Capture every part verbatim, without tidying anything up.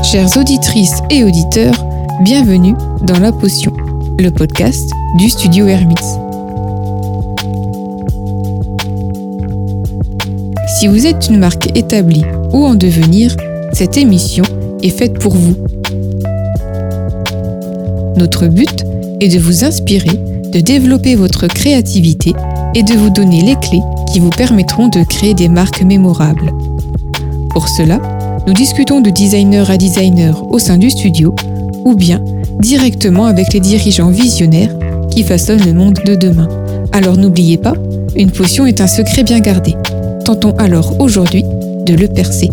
Chères auditrices et auditeurs, bienvenue dans La Potion, le podcast du studio Hermits. Si vous êtes une marque établie ou en devenir, cette émission est faite pour vous. Notre but est de vous inspirer, de développer votre créativité et de vous donner les clés qui vous permettront de créer des marques mémorables. Pour cela, nous discutons de designer à designer au sein du studio ou bien directement avec les dirigeants visionnaires qui façonnent le monde de demain. Alors n'oubliez pas, une potion est un secret bien gardé. Tentons alors aujourd'hui de le percer.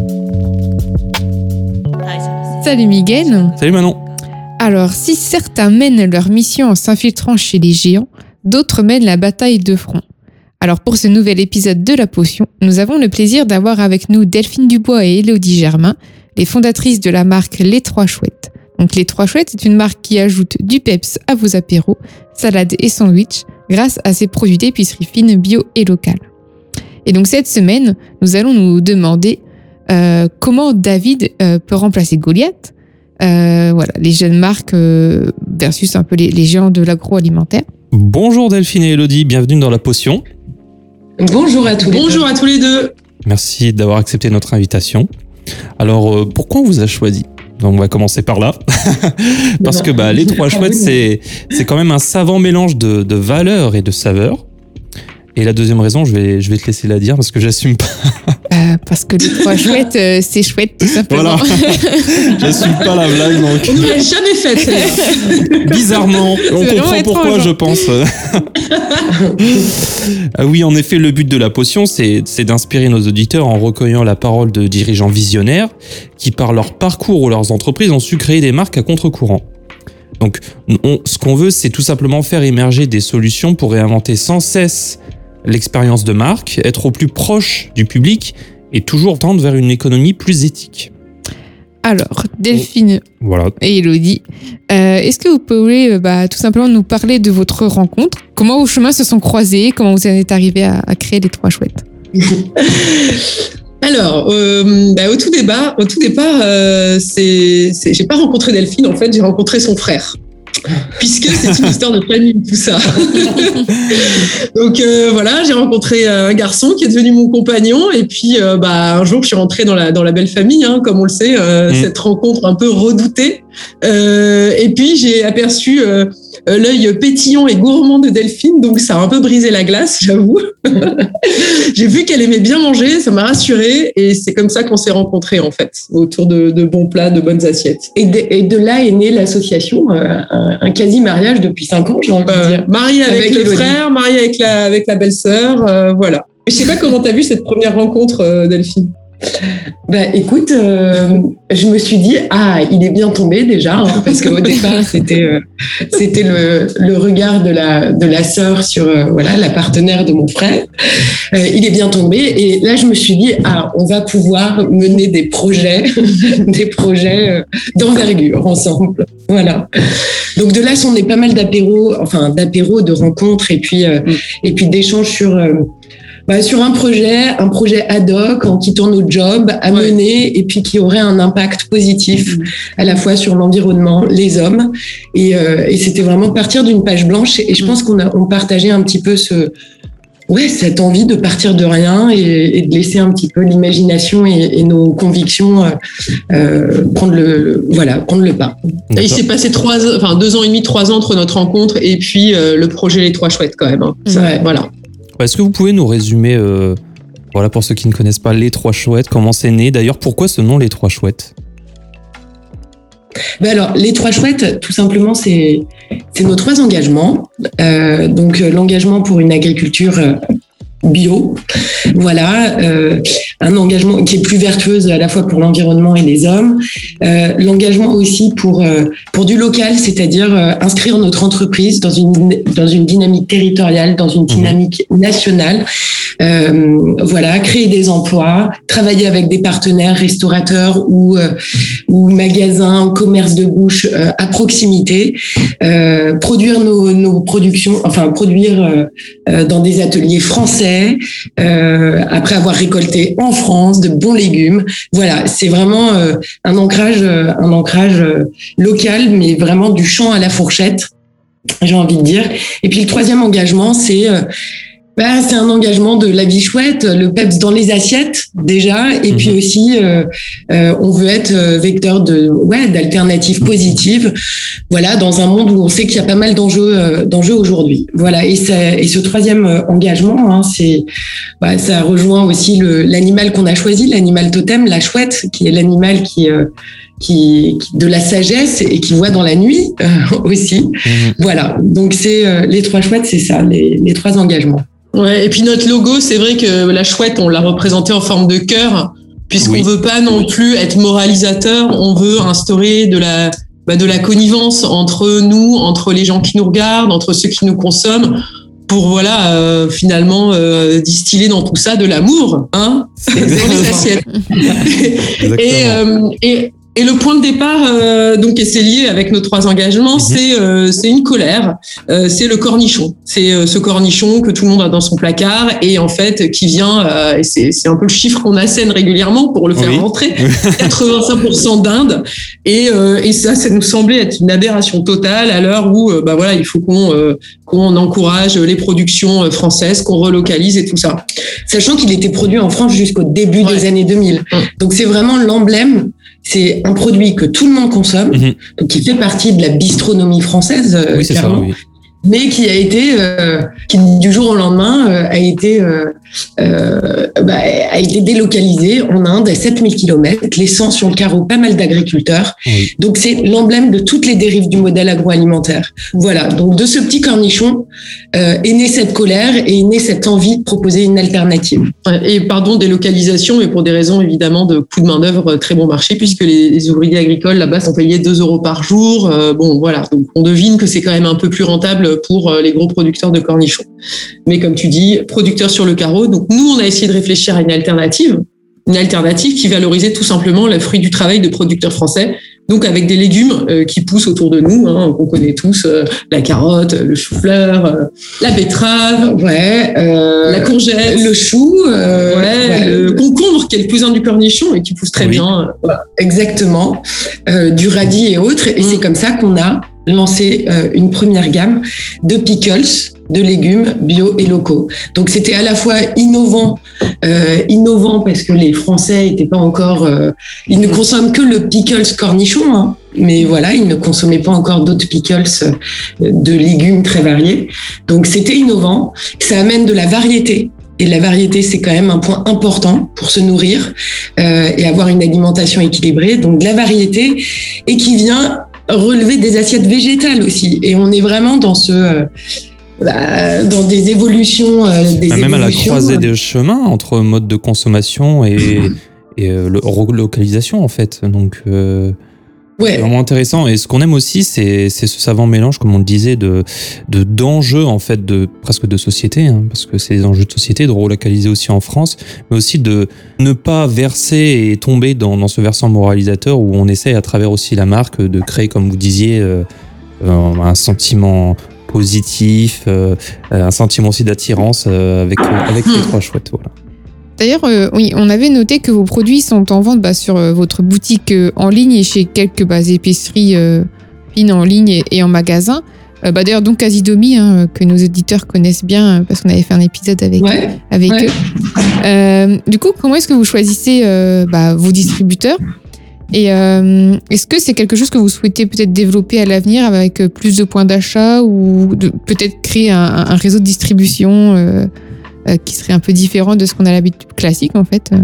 Salut Miguel. Salut Manon. Alors, si certains mènent leur mission en s'infiltrant chez les géants, d'autres mènent la bataille de front. Alors pour ce nouvel épisode de La Potion, nous avons le plaisir d'avoir avec nous Delphine Dubois et Élodie Germain, les fondatrices de la marque Les Trois Chouettes. Donc Les Trois Chouettes, c'est une marque qui ajoute du peps à vos apéros, salades et sandwichs grâce à ses produits d'épicerie fine, bio et locale. Et donc cette semaine, nous allons nous demander euh, comment David euh, peut remplacer Goliath, euh, voilà, les jeunes marques euh, versus un peu les, les géants de l'agroalimentaire. Bonjour Delphine et Élodie, bienvenue dans La Potion. Bonjour à tous les Bonjour deux. à tous les deux. Merci d'avoir accepté notre invitation. Alors, euh, pourquoi on vous a choisi ? Donc, on va commencer par là. Parce que bah, Les Trois Chouettes, c'est, c'est quand même un savant mélange de, de valeurs et de saveurs. Et la deuxième raison, je vais, je vais te laisser la dire parce que j'assume pas. Euh, parce que Les Trois Chouettes, euh, c'est chouette tout simplement. Voilà, j'assume pas la blague. Donc... On ne l'a jamais faite, celle-là. Bizarrement, on C'est comprend pourquoi, étrange. je pense. Ah oui, en effet, le but de La Potion, c'est, c'est d'inspirer nos auditeurs en recueillant la parole de dirigeants visionnaires qui, par leur parcours ou leurs entreprises, ont su créer des marques à contre-courant. Donc, on, ce qu'on veut, c'est tout simplement faire émerger des solutions pour réinventer sans cesse l'expérience de marque, être au plus proche du public et toujours tendre vers une économie plus éthique. Alors, Delphine Voilà. et Élodie, euh, est-ce que vous pouvez euh, bah, tout simplement nous parler de votre rencontre ? Comment vos chemins se sont croisés ? Comment vous en êtes arrivés à, à créer Les Trois Chouettes ? Alors, euh, bah, au tout départ, au tout départ, euh, c'est, c'est, j'ai pas rencontré Delphine. En fait, j'ai rencontré son frère. Puisque c'est une histoire de famille, tout ça. Donc euh, voilà, j'ai rencontré un garçon qui est devenu mon compagnon, et puis euh, bah un jour je suis rentrée dans la dans la belle famille, hein, comme on le sait, euh, mmh. cette rencontre un peu redoutée. Euh, et puis j'ai aperçu euh, l'œil pétillant et gourmand de Delphine, donc ça a un peu brisé la glace, j'avoue. J'ai vu qu'elle aimait bien manger, ça m'a rassurée, et c'est comme ça qu'on s'est rencontrés en fait, autour de, de bons plats, de bonnes assiettes. Et de, et de là est née l'association, euh, un, un quasi-mariage depuis cinq ans, j'ai envie euh, de dire. Mariée avec, avec le Élodie. frère, mariée avec la, avec la belle-sœur, euh, voilà. Je sais pas comment t'as vu cette première rencontre, euh, Delphine. Bah écoute, euh, je me suis dit ah il est bien tombé déjà, hein, parce qu'au départ c'était euh, c'était le, le regard de la de la sœur sur euh, voilà la partenaire de mon frère. Euh, il est bien tombé, et là je me suis dit ah on va pouvoir mener des projets des projets euh, d'envergure ensemble. Voilà. Donc de là sont nés pas mal d'apéros, enfin d'apéros, de rencontres, et puis euh, mm. et puis d'échanges sur euh, Bah, sur un projet, un projet ad hoc, en quittant notre job, à ouais. mener, et puis qui aurait un impact positif mmh. à la fois sur l'environnement, les hommes, et, euh, et c'était vraiment partir d'une page blanche, et je pense qu'on a on partageait un petit peu ce, ouais, cette envie de partir de rien et, et de laisser un petit peu l'imagination et, et nos convictions euh, euh, prendre le, le voilà prendre le pas. Et il s'est passé trois, enfin deux ans et demi, trois ans entre notre rencontre et puis euh, le projet Les Trois Chouettes quand même. Hein. Mmh. Ouais. Voilà. Est-ce que vous pouvez nous résumer, euh, voilà, pour ceux qui ne connaissent pas Les Trois Chouettes, comment c'est né ? D'ailleurs, pourquoi ce nom Les Trois Chouettes ? Ben alors, Les Trois Chouettes, tout simplement, c'est, c'est nos trois engagements. Euh, donc, l'engagement pour une agriculture euh, bio, voilà, euh, un engagement qui est plus vertueuse à la fois pour l'environnement et les hommes. Euh, l'engagement aussi pour euh, pour du local, c'est-à-dire euh, inscrire notre entreprise dans une dans une dynamique territoriale, dans une dynamique nationale. Euh, voilà, créer des emplois, travailler avec des partenaires, restaurateurs ou euh, ou magasins, commerces de bouche euh, à proximité, euh, produire nos nos productions, enfin produire euh, dans des ateliers français. français, euh, après avoir récolté en France de bons légumes. Voilà, c'est vraiment euh, un ancrage, euh, un ancrage euh, local, mais vraiment du champ à la fourchette, j'ai envie de dire. Et puis le troisième engagement, c'est euh, bah, c'est un engagement de la vie chouette, le peps dans les assiettes déjà, et mmh. puis aussi euh, euh, on veut être vecteur de ouais d'alternatives positives, voilà, dans un monde où on sait qu'il y a pas mal d'enjeux euh, d'enjeux aujourd'hui, voilà. Et ça, et ce troisième engagement, hein, c'est bah, ça rejoint aussi le l'animal qu'on a choisi, l'animal totem, la chouette, qui est l'animal qui euh, Qui, qui de la sagesse et qui voit dans la nuit euh, aussi. Mmh. Voilà. Donc c'est euh, les trois chouettes, c'est ça, les, les trois engagements. Ouais. Et puis notre logo, c'est vrai que la chouette, on l'a représenté en forme de cœur, puisqu'on oui. veut pas non plus être moralisateur. On veut instaurer de la bah, de la connivence entre nous, entre les gens qui nous regardent, entre ceux qui nous consomment, pour voilà euh, finalement euh, distiller dans tout ça de l'amour, hein, dans les assiettes. et, euh, et Et le point de départ, euh, donc, et c'est lié avec nos trois engagements, mmh. c'est euh, c'est une colère, euh, c'est le cornichon. C'est euh, ce cornichon que tout le monde a dans son placard et en fait qui vient, euh, et c'est c'est un peu le chiffre qu'on assène régulièrement pour le faire oui. rentrer, quatre-vingt-cinq pour cent d'Inde. Et euh, et ça, ça nous semblait être une aberration totale à l'heure où euh, bah voilà, il faut qu'on euh, qu'on encourage les productions françaises, qu'on relocalise et tout ça. Sachant qu'il était produit en France jusqu'au début ouais. des années deux mille. Mmh. Donc c'est vraiment l'emblème. C'est un produit que tout le monde consomme, mmh. donc qui fait partie de la bistronomie française, euh, oui, c'est clairement, ça, oui. mais qui a été, euh, qui du jour au lendemain euh, a été, euh, euh, bah, a été délocalisé en Inde à sept mille kilomètres, laissant sur le carreau pas mal d'agriculteurs. Oui. Donc c'est l'emblème de toutes les dérives du modèle agroalimentaire. Voilà. Donc de ce petit cornichon euh, est née cette colère et est née cette envie de proposer une alternative. Et pardon, délocalisation, mais pour des raisons évidemment de coût de main d'œuvre très bon marché, puisque les, les ouvriers agricoles là-bas sont payés deux euros par jour. Euh, bon voilà. Donc on devine que c'est quand même un peu plus rentable pour les gros producteurs de cornichons. Mais comme tu dis, producteurs sur le carreau. Donc nous, on a essayé de réfléchir à une alternative, une alternative qui valorisait tout simplement le fruit du travail de producteurs français. Donc avec des légumes euh, qui poussent autour de nous, hein, qu'on connaît tous, euh, la carotte, le chou-fleur, euh, la betterave, ouais, euh, la courgette, le chou, euh, ouais, ouais, le concombre qui est le cousin du cornichon et qui pousse très oui. bien. Euh, Exactement, euh, du radis et autres. Et mmh. c'est comme ça qu'on a lancé euh, une première gamme de pickles, de légumes bio et locaux. Donc c'était à la fois innovant, euh, innovant parce que les Français n'étaient pas encore, euh, ils ne consomment que le pickles cornichon, hein, mais voilà, ils ne consommaient pas encore d'autres pickles de légumes très variés. Donc c'était innovant, ça amène de la variété. Et la variété, c'est quand même un point important pour se nourrir euh, et avoir une alimentation équilibrée. Donc de la variété et qui vient relever des assiettes végétales aussi. Et on est vraiment dans ce euh, bah, dans des évolutions, euh, des bah, même évolutions, à la croisée euh... des chemins entre mode de consommation et, et euh, le relocalisation en fait. Donc euh... Ouais. C'est vraiment intéressant. Et ce qu'on aime aussi, c'est, c'est ce savant mélange, comme on le disait, de, de, d'enjeux, en fait, de, presque de société, hein, parce que c'est des enjeux de société, de relocaliser aussi en France, mais aussi de ne pas verser et tomber dans, dans ce versant moralisateur où on essaie, à travers aussi la marque, de créer, comme vous disiez, euh, un sentiment positif, euh, un sentiment aussi d'attirance euh, avec, avec les trois chouettes, voilà. D'ailleurs, euh, oui, on avait noté que vos produits sont en vente bah, sur euh, votre boutique euh, en ligne et chez quelques bah, épiceries euh, fines en ligne et, et en magasin. Euh, bah, d'ailleurs, donc Casidomi, hein, que nos auditeurs connaissent bien parce qu'on avait fait un épisode avec, ouais, avec ouais. eux. Euh, du coup, comment est-ce que vous choisissez euh, bah, vos distributeurs ? Et euh, est-ce que c'est quelque chose que vous souhaitez peut-être développer à l'avenir avec plus de points d'achat ou de, peut-être créer un, un réseau de distribution euh, Euh, qui serait un peu différent de ce qu'on a l'habitude classique en fait.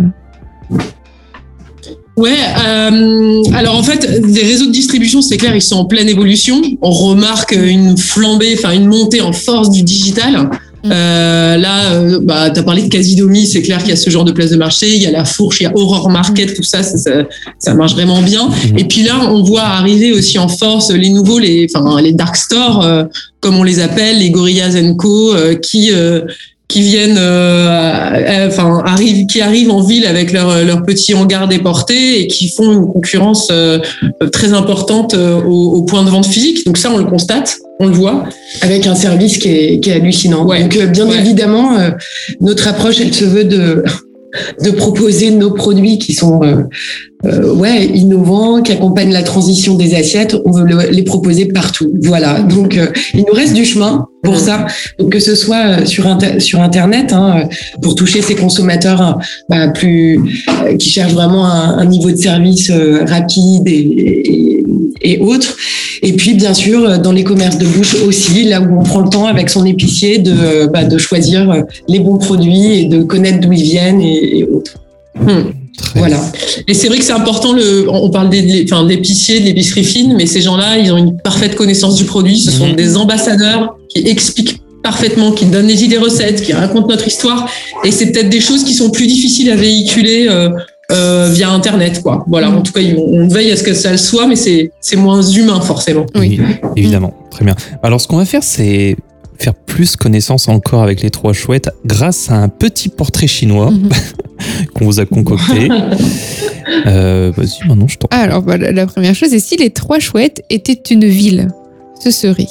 Ouais, euh, alors en fait, les réseaux de distribution, c'est clair, ils sont en pleine évolution. On remarque une flambée, enfin une montée en force du digital. Mmh. Euh, là, euh, bah, t'as parlé de Casidomi, c'est clair qu'il y a ce genre de place de marché. Il y a la Fourche, il y a Aurore Market, tout ça, ça, ça, ça marche vraiment bien. Mmh. Et puis là, on voit arriver aussi en force les nouveaux, les, enfin les dark stores, euh, comme on les appelle, les Gorillaz and Co, euh, qui euh, qui viennent, euh, enfin, arrivent, qui arrivent en ville avec leur, leur petit hangar déporté et qui font une concurrence euh, très importante euh, au, au point de vente physique. Donc ça, on le constate, on le voit. Avec un service qui est, qui est hallucinant. Ouais. Donc, euh, bien Ouais. évidemment, euh, notre approche, elle se veut de, de proposer nos produits qui sont euh, euh, ouais, innovants, qui accompagnent la transition des assiettes. On veut le, les proposer partout. Voilà. Donc, euh, il nous reste du chemin pour ça. Donc, que ce soit sur, inter- sur Internet, hein, pour toucher ces consommateurs hein, bah, plus, euh, qui cherchent vraiment un, un niveau de service euh, rapide et, et, et autres. Et puis, bien sûr, dans les commerces de bouche aussi, là où on prend le temps avec son épicier de, bah, de choisir les bons produits et de connaître d'où ils viennent et, et autres. Hmm. Très Voilà. Et c'est vrai que c'est important, le, on parle des, enfin, de l'épicier, de l'épicerie fine, mais ces gens-là, ils ont une parfaite connaissance du produit. Ce sont Mhm. des ambassadeurs qui expliquent parfaitement, qui donnent les idées recettes, qui racontent notre histoire. Et c'est peut-être des choses qui sont plus difficiles à véhiculer euh, euh, via Internet, quoi. Voilà. En tout cas, on, on veille à ce que ça le soit, mais c'est, c'est moins humain, forcément. Oui. Oui, évidemment. Très bien. Alors, ce qu'on va faire, c'est faire plus connaissance encore avec les trois chouettes grâce à un petit portrait chinois Mhm. qu'on vous a concocté. Euh, vas-y, maintenant, je t'en... Alors, voilà, la première chose, c'est si les trois chouettes étaient une ville, ce serait.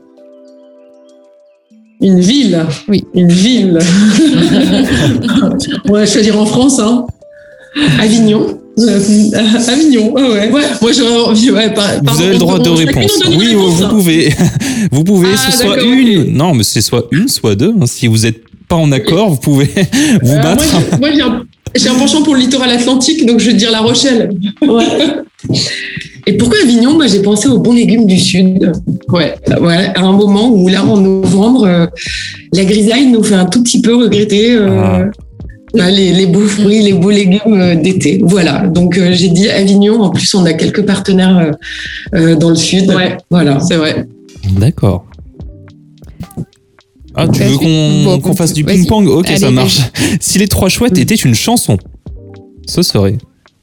Une ville. Oui. Une ville. On va choisir en France, hein. Avignon. Euh, Avignon, ah ouais. ouais. Moi, j'aurais envie, ouais, par, Vous avez le droit de réponse. Oui, vous, vous pouvez. Vous pouvez, Ah, ce soit d'accord, une. ok. Non, mais c'est soit une, soit deux. Si vous n'êtes pas en accord, vous pouvez vous Euh, battre. Moi, j'ai- moi, j'ai un, j'ai un penchant pour le littoral atlantique, donc je vais dire La Rochelle. Ouais. Et pourquoi Avignon? Moi, j'ai pensé aux bons légumes du Sud. Ouais. Ouais, à un moment où, là, en novembre, euh, la grisaille nous fait un tout petit peu regretter euh, Ah. bah, les, les beaux fruits, les beaux légumes euh, d'été. Voilà. Donc, euh, j'ai dit Avignon. En plus, on a quelques partenaires euh, euh, dans le Sud. Ouais. Voilà. C'est vrai. D'accord. Ah, tu La veux suite. qu'on Bon, qu'on fasse du vas-y. ping-pong? Ok, Allez, ça vas-y. marche. Si les trois chouettes étaient une chanson, ce serait.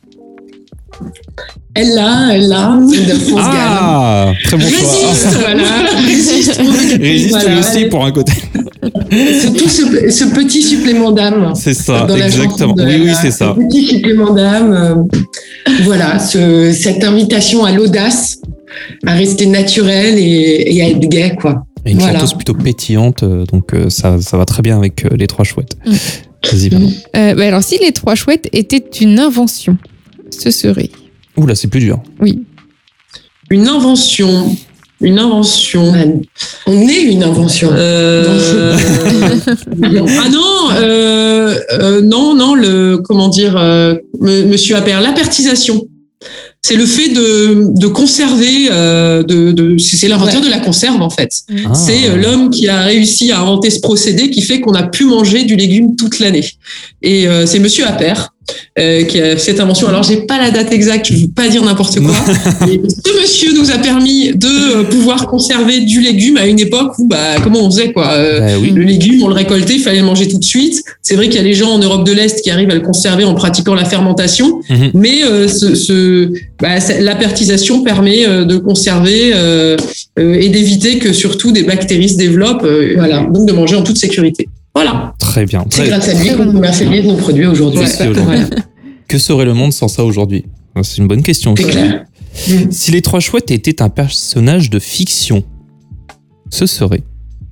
Elle là, elle là, de France Gall. Ah, très bon choix. Résiste, voilà. Résiste. Résiste Voilà. aussi pour un côté. C'est tout ce, ce petit supplément d'âme. C'est ça, Dans la exactement. chanson de Oui, oui, Ella. c'est ça. Ce petit supplément d'âme. euh, voilà, ce, cette invitation à l'audace, à rester naturel et, et à être gai, quoi. Et une Voilà. chanteuse plutôt pétillante, euh, donc euh, ça, ça va très bien avec euh, les trois chouettes. Mm. Vas-y, Manon. Euh, bah alors, si les trois chouettes étaient une invention, ce serait. Ouh là, c'est plus dur. Oui. Une invention. Une invention. On est une invention. Euh... ah non, euh, euh, non, non, le comment dire, euh, me- Monsieur Appert, l'apertisation. C'est le fait de, de conserver, euh, de, de, c'est l'inventeur Ouais. de la conserve en fait. Ah. C'est euh, l'homme qui a réussi à inventer ce procédé qui fait qu'on a pu manger du légume toute l'année. Et euh, c'est Monsieur Appert euh, qui a fait cette invention. Alors j'ai pas la date exacte, je veux pas dire n'importe quoi. Mais ce monsieur nous a permis de euh, pouvoir conserver du légume à une époque où, bah, comment on faisait quoi. Euh, Bah oui. Le légume, on le récoltait, il fallait le manger tout de suite. C'est vrai qu'il y a les gens en Europe de l'Est qui arrivent à le conserver en pratiquant la fermentation, Mhm. mais euh, ce, ce, bah, ça- l'apertisation permet euh, de conserver euh, euh, et d'éviter que surtout des bactéries se développent. euh, voilà, donc de manger en toute sécurité. Voilà. Très bien. C'est Très- grâce à lui qu'on commercialise nos produits aujourd'hui. Aussi aujourd'hui. Que serait le monde sans ça aujourd'hui? C'est une bonne question. C'est aussi. clair. Si les trois chouettes étaient un personnage de fiction, ce serait.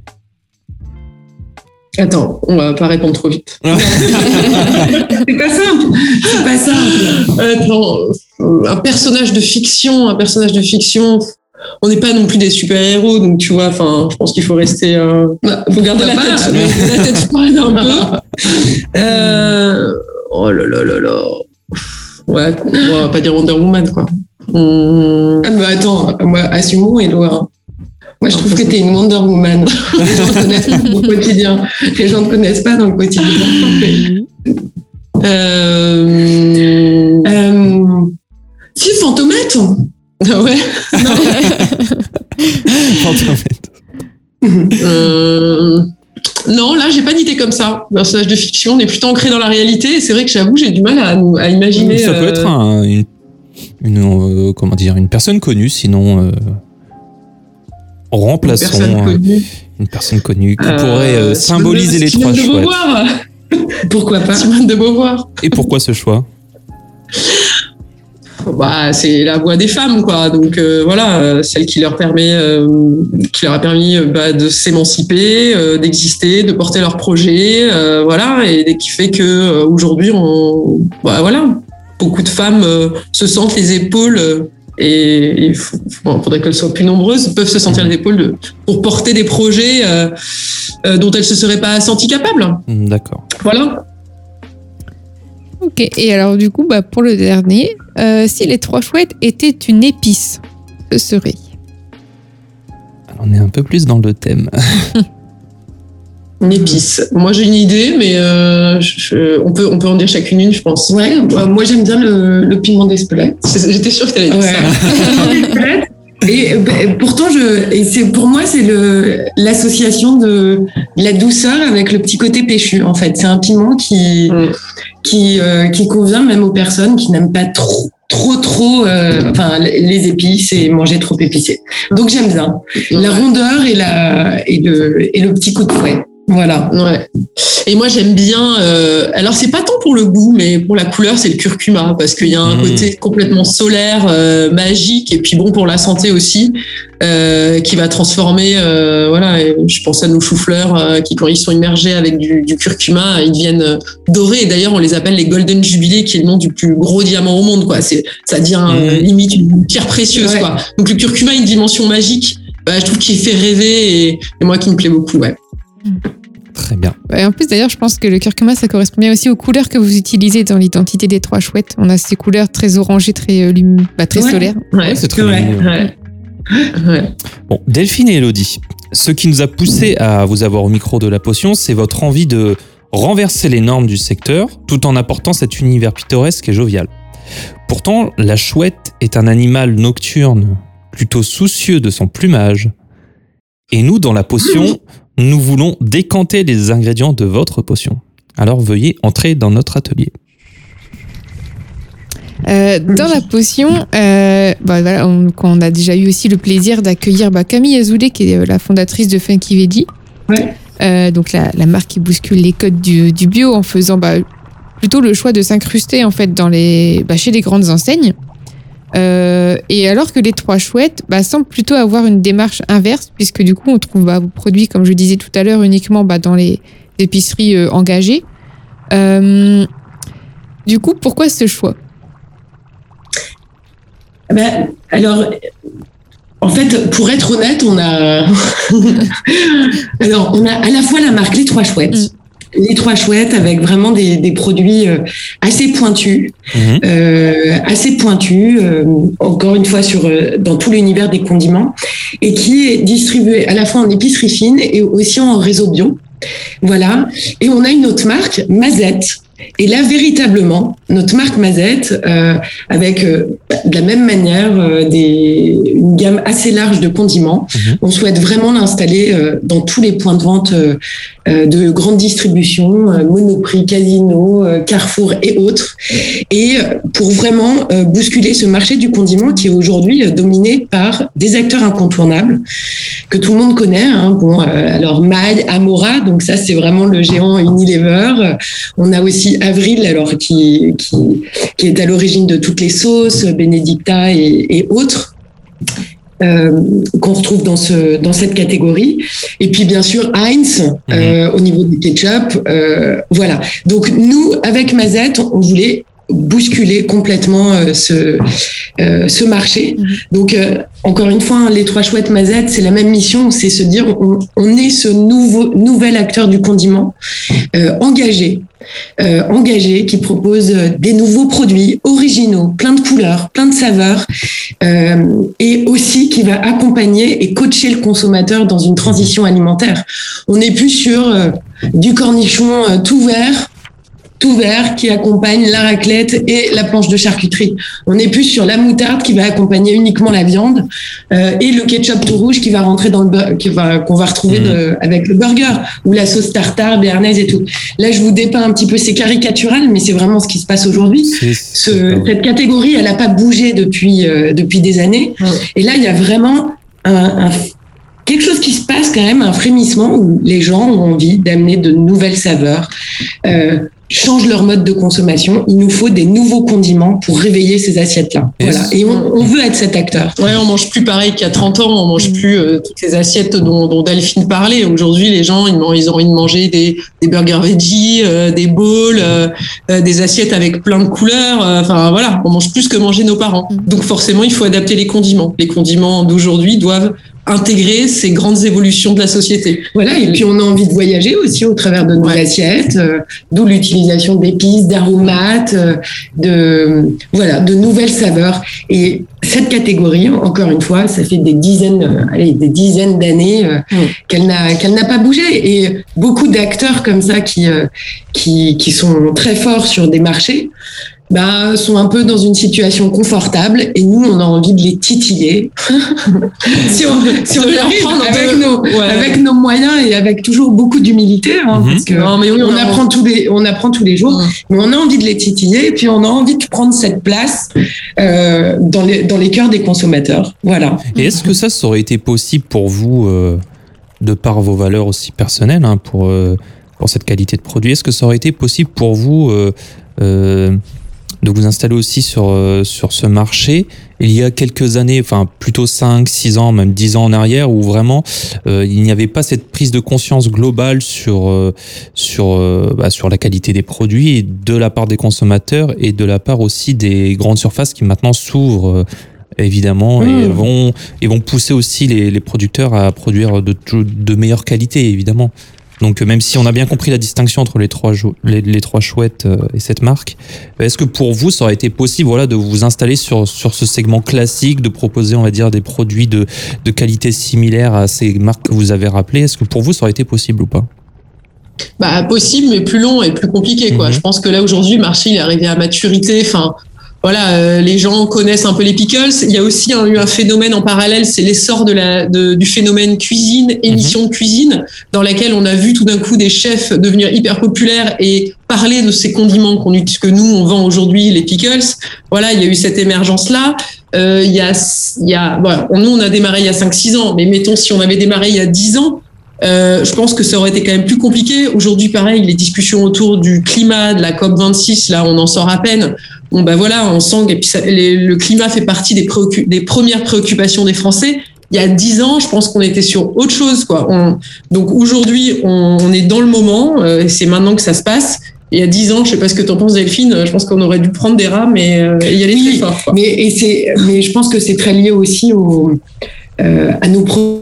Attends, on va pas répondre trop vite. C'est pas simple. C'est pas simple. Attends, euh, un personnage de fiction, un personnage de fiction. On n'est pas non plus des super-héros, donc tu vois, enfin, je pense qu'il faut rester. Euh, faut garder la Pourquoi tête, pas la tête froide un peu. Euh, oh là là là là. Ouais, on va pas dire Wonder Woman, quoi. Hum, Ah, mais attends, moi, assumons, Éloi. Moi, je trouve que t'es une Wonder Woman. Les gens ne connaissent pas dans le quotidien. Les gens ne connaissent pas dans le quotidien. Euh, Euh, si, Fantomette. ah ouais. Fantomette. Euh, non, là, j'ai pas d'idée comme ça. Personnage de fiction, on est plutôt ancré dans la réalité. Et c'est vrai que j'avoue, j'ai du mal à, nous- à imaginer. Ça peut euh, être un- une, une, euh, comment dire, une personne connue, sinon euh, une remplaçons personne euh, connue. Une personne connue qui Euh, pourrait euh, symboliser les trois Simone de chouettes. Beauvoir. Pourquoi pas? Simone de Beauvoir. Et pourquoi ce choix? Bah, c'est la voix des femmes, quoi. Donc euh, voilà, euh, celle qui leur permet, euh, qui leur a permis euh, bah, de s'émanciper, euh, d'exister, de porter leurs projets, euh, voilà, et, et qui fait que euh, aujourd'hui, on, bah, voilà, beaucoup de femmes euh, se sentent les épaules. Euh, et il bon, faudrait qu'elles soient plus nombreuses, peuvent se sentir les épaules de, pour porter des projets euh, euh, dont elles se seraient pas senties capables. D'accord. Voilà. Ok, et alors du coup, bah, pour le dernier, euh, si les trois chouettes étaient une épice, ce serait? On est un peu plus dans le thème. Une épice. Moi, j'ai une idée, mais euh, je, je, on, peut, on peut en dire chacune une, je pense. Ouais, bah, moi j'aime bien le, le piment d'Espelette. J'étais sûre que tu allais dire Ouais. ça. Et bah, pourtant, je, et c'est pour moi, c'est le l'association de la douceur avec le petit côté péchu. En fait, c'est un piment qui Mm. qui euh, qui convient même aux personnes qui n'aiment pas trop trop trop euh, enfin les épices et manger trop épicé. Donc j'aime bien la rondeur et la et le et le petit coup de fouet. Voilà. Ouais. Et moi, j'aime bien. Euh, alors, c'est pas tant pour le goût, mais pour la couleur, c'est le curcuma, parce qu'il y a un Mmh. côté complètement solaire, euh, magique, et puis bon pour la santé aussi, euh, qui va transformer. Euh, voilà, et je pense à nos choux-fleurs euh, qui, quand ils sont immergés avec du, du curcuma, ils deviennent euh, dorés. Et d'ailleurs, on les appelle les golden jubilés, qui est le nom du plus gros diamant au monde. Quoi, c'est ça devient euh, Mmh. limite une pierre précieuse. Ouais. Quoi. Donc le curcuma a une dimension magique. Bah, je trouve qu'il fait rêver, et, et moi qui me plaît beaucoup. Ouais. Très bien. Et en plus, d'ailleurs, je pense que le curcuma, ça correspond bien aussi aux couleurs que vous utilisez dans l'identité des trois chouettes. On a ces couleurs très orangées, très, euh, lum- bah, très Ouais. solaires. Ouais, c'est très Ouais. mignon. ouais. Ouais. Bon, Delphine et Elodie, ce qui nous a poussé à vous avoir au micro de la potion, c'est votre envie de renverser les normes du secteur tout en apportant cet univers pittoresque et jovial. Pourtant, la chouette est un animal nocturne, plutôt soucieux de son plumage. Et nous, dans la potion, nous voulons décanter les ingrédients de votre potion. Alors veuillez entrer dans notre atelier. Euh, dans la potion, euh, bah, voilà, on, on a déjà eu aussi le plaisir d'accueillir bah, Camille Azoulay, qui est euh, la fondatrice de Funky Veggie. Ouais. Euh, donc la, la marque qui bouscule les codes du, du bio en faisant bah, plutôt le choix de s'incruster en fait dans les, bah, chez les grandes enseignes. Euh, et alors que les trois chouettes bah, semblent plutôt avoir une démarche inverse, puisque du coup on trouve bah, vos produits, comme je disais tout à l'heure, uniquement bah, dans les épiceries euh, engagées. Euh, du coup, pourquoi ce choix ? Ben, alors, en fait, pour être honnête, on a, alors on a à la fois la marque Les Trois Chouettes. Mm. Les Trois Chouettes avec vraiment des, des produits euh, assez pointus, Mmh. euh, assez pointus, euh, encore une fois sur euh, dans tout l'univers des condiments, et qui est distribué à la fois en épicerie fine et aussi en réseau bio. Voilà. Et on a une autre marque, Mazette. Et là, véritablement, notre marque Mazette, euh, avec euh, de la même manière euh, des, une gamme assez large de condiments, Mhm. on souhaite vraiment l'installer euh, dans tous les points de vente euh, euh, de grande distribution, euh, Monoprix, Casino, euh, Carrefour et autres, et euh, pour vraiment euh, bousculer ce marché du condiment qui est aujourd'hui euh, dominé par des acteurs incontournables que tout le monde connaît. Hein. Bon, euh, alors Maille, Amora, donc ça c'est vraiment le géant Unilever. On a aussi Avril, alors qui, qui, qui est à l'origine de toutes les sauces, Benedicta et, et autres, euh, qu'on retrouve dans, ce, dans cette catégorie. Et puis bien sûr Heinz, mmh. euh, au niveau du ketchup. Euh, voilà. Donc nous, avec Mazette, on voulait bousculer complètement euh, ce, euh, ce marché. Mmh. Donc, euh, encore une fois, hein, les Trois Chouettes Mazette, c'est la même mission, c'est se dire on, on est ce nouveau, nouvel acteur du condiment euh, engagé, euh, engagé, qui propose des nouveaux produits originaux, plein de couleurs, plein de saveurs, euh, et aussi qui va accompagner et coacher le consommateur dans une transition alimentaire. On n'est plus sur euh, du cornichon euh, tout vert, tout vert qui accompagne la raclette et la planche de charcuterie. On n'est plus sur la moutarde qui va accompagner uniquement la viande euh, et le ketchup tout rouge qui va rentrer dans le qui va qu'on va retrouver mmh. de, avec le burger ou la sauce tartare béarnaise et tout. Là, je vous dépeins un petit peu, c'est caricatural, mais c'est vraiment ce qui se passe aujourd'hui. C'est, ce, c'est cette catégorie, elle n'a pas bougé depuis euh, depuis des années. Mmh. Et là, il y a vraiment un, un quelque chose qui se passe quand même, un frémissement où les gens ont envie d'amener de nouvelles saveurs, euh, changent leur mode de consommation. Il nous faut des nouveaux condiments pour réveiller ces assiettes-là. Yes. Voilà. Et on, on veut être cet acteur. Ouais, on mange plus pareil qu'il y a trente ans. On mange plus euh, toutes ces assiettes dont, dont Delphine parlait. Aujourd'hui, les gens, ils, ils ont envie de manger des, des burgers veggie, euh, des bowls, euh, euh, des assiettes avec plein de couleurs. Enfin, euh, voilà, on mange plus que manger nos parents. Donc, forcément, il faut adapter les condiments. Les condiments d'aujourd'hui doivent intégrer ces grandes évolutions de la société. Voilà, et puis on a envie de voyager aussi au travers de nos Ouais. assiettes, euh, d'où l'utilisation d'épices, d'aromates, euh, de voilà, de nouvelles saveurs. Et cette catégorie, encore une fois, ça fait des dizaines, euh, allez, des dizaines d'années euh, Mm. qu'elle n'a qu'elle n'a pas bougé. Et beaucoup d'acteurs comme ça qui euh, qui qui sont très forts sur des marchés. Bah, sont un peu dans une situation confortable et nous, on a envie de les titiller. si on, si on De leur arrive prendre un avec peu- nos, ouais. avec nos moyens et avec toujours beaucoup d'humilité, hein, Mhm. parce que Non, mais oui, on, on a- apprend tous les, on apprend tous les jours, Mm. mais on a envie de les titiller et puis on a envie de prendre cette place euh, dans, les, dans les cœurs des consommateurs. Voilà. Et est-ce que ça, ça aurait été possible pour vous, euh, de par vos valeurs aussi personnelles, hein, pour, euh, pour cette qualité de produit, est-ce que ça aurait été possible pour vous euh, euh, de vous installer aussi sur, euh, sur ce marché il y a quelques années, enfin plutôt cinq, six ans, même dix ans en arrière, où vraiment euh, il n'y avait pas cette prise de conscience globale sur, euh, sur, euh, bah, sur la qualité des produits de la part des consommateurs et de la part aussi des grandes surfaces qui maintenant s'ouvrent euh, évidemment, et Mmh. vont, et vont pousser aussi les, les producteurs à produire de, de meilleure qualité, évidemment. Donc, même si on a bien compris la distinction entre les trois, jou- les, les trois chouettes euh, et cette marque, est-ce que pour vous, ça aurait été possible, voilà, de vous installer sur, sur ce segment classique, de proposer, on va dire, des produits de, de qualité similaire à ces marques que vous avez rappelées? Est-ce que pour vous, ça aurait été possible ou pas? Bah, possible, mais plus long et plus compliqué, quoi. Mhm. Je pense que là, aujourd'hui, le marché, il est arrivé à maturité. Enfin, voilà, euh, les gens connaissent un peu les pickles. Il y a aussi un, eu un phénomène en parallèle, c'est l'essor de la, de, du phénomène cuisine, émission de cuisine, dans laquelle on a vu tout d'un coup des chefs devenir hyper populaires et parler de ces condiments qu'on utilise, que nous, on vend aujourd'hui, les pickles. Voilà, il y a eu cette émergence-là. Euh, il y a, il y a, voilà, nous, on a démarré il y a cinq six ans, mais mettons, si on avait démarré il y a dix ans, Euh, je pense que ça aurait été quand même plus compliqué. Aujourd'hui, pareil, les discussions autour du climat, de la C O P vingt-six, là, on en sort à peine. Bon, ben voilà, on sent que et puis ça, les, le climat fait partie des, préoccup- des premières préoccupations des Français. Il y a dix ans, je pense qu'on était sur autre chose, quoi. On, donc aujourd'hui, on, on est dans le moment, euh, et c'est maintenant que ça se passe. Et il y a dix ans, je sais pas ce que t'en penses, Delphine, je pense qu'on aurait dû prendre des rames et euh, y aller Oui, très fort, quoi. Mais, et c'est, mais je pense que c'est très lié aussi au, euh, à nos pro-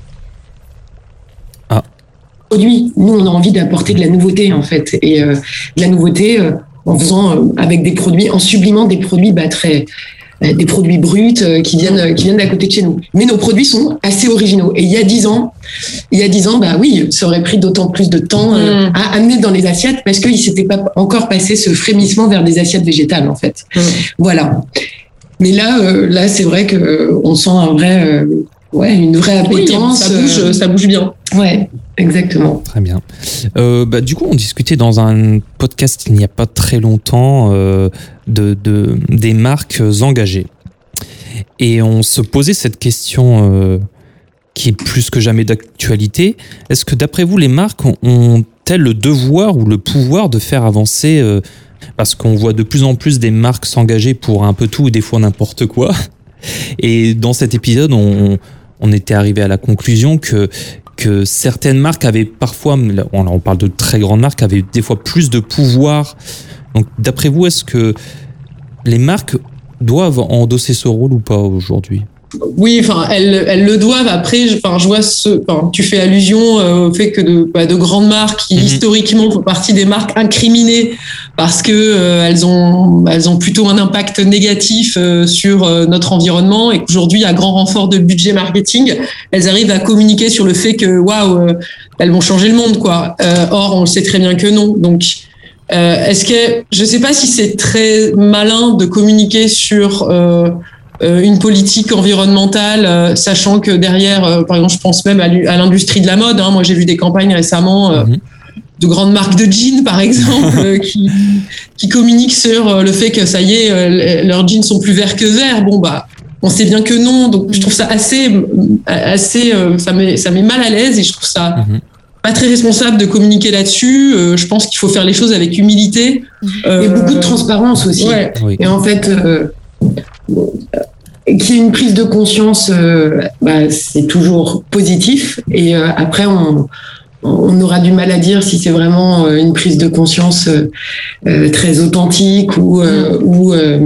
Ah. produits. Nous, on a envie d'apporter de la nouveauté, en fait. Et euh, de la nouveauté euh, en faisant euh, avec des produits, en sublimant des produits bah, très. euh, des produits bruts euh, qui viennent euh, qui viennent d'à côté de chez nous. Mais nos produits sont assez originaux. Et il y a dix ans, il y a dix ans, bah oui, ça aurait pris d'autant plus de temps euh, Mm. à amener dans les assiettes parce qu'il s'était pas encore passé ce frémissement vers des assiettes végétales, en fait. Mm. Voilà. Mais là, euh, là, c'est vrai que euh, on sent un vrai, euh, ouais, une vraie Oui, appétence. ça bouge, euh, ça bouge bien. ouais, exactement. Très bien. Euh, bah, du coup, on discutait dans un podcast il n'y a pas très longtemps euh, de, de, des marques engagées. Et on se posait cette question euh, qui est plus que jamais d'actualité. Est-ce que d'après vous, les marques ont-elles le devoir ou le pouvoir de faire avancer euh, parce qu'on voit de plus en plus des marques s'engager pour un peu tout et des fois n'importe quoi. Et dans cet épisode, on, on était arrivé à la conclusion que que certaines marques avaient parfois, on, on parle de très grandes marques, avaient des fois plus de pouvoir. Donc, d'après vous, est-ce que les marques doivent endosser ce rôle ou pas aujourd'hui? Oui, enfin, elles, elles le doivent. Après, je, enfin, je vois ce, enfin, tu fais allusion euh, au fait que de, bah, de grandes marques qui Mhm. historiquement font partie des marques incriminées parce que euh, elles ont, elles ont plutôt un impact négatif euh, sur euh, notre environnement et qu'aujourd'hui, à grand renfort de budget marketing, elles arrivent à communiquer sur le fait que waouh, euh, elles vont changer le monde, quoi. Euh, or, on le sait très bien que non. Donc, euh, est-ce que je sais pas si c'est très malin de communiquer sur euh, Euh, une politique environnementale, euh, sachant que derrière, euh, par exemple, je pense même à, l'u- à l'industrie de la mode. Hein. Moi, j'ai vu des campagnes récemment euh, Mhm. de grandes marques de jeans, par exemple, euh, qui, qui communiquent sur euh, le fait que ça y est, euh, leurs jeans sont plus verts que verts. Bon, bah, on sait bien que non. Donc je trouve ça assez, assez, euh, ça met, ça met mal à l'aise et je trouve ça mmh. pas très responsable de communiquer là-dessus. Euh, je pense qu'il faut faire les choses avec humilité euh, et beaucoup de transparence aussi. Ouais. Oui. Et en fait. Euh, qu'il y ait une prise de conscience, euh, bah, c'est toujours positif. Et euh, après, on, on aura du mal à dire si c'est vraiment euh, une prise de conscience euh, euh, très authentique ou euh, ou euh,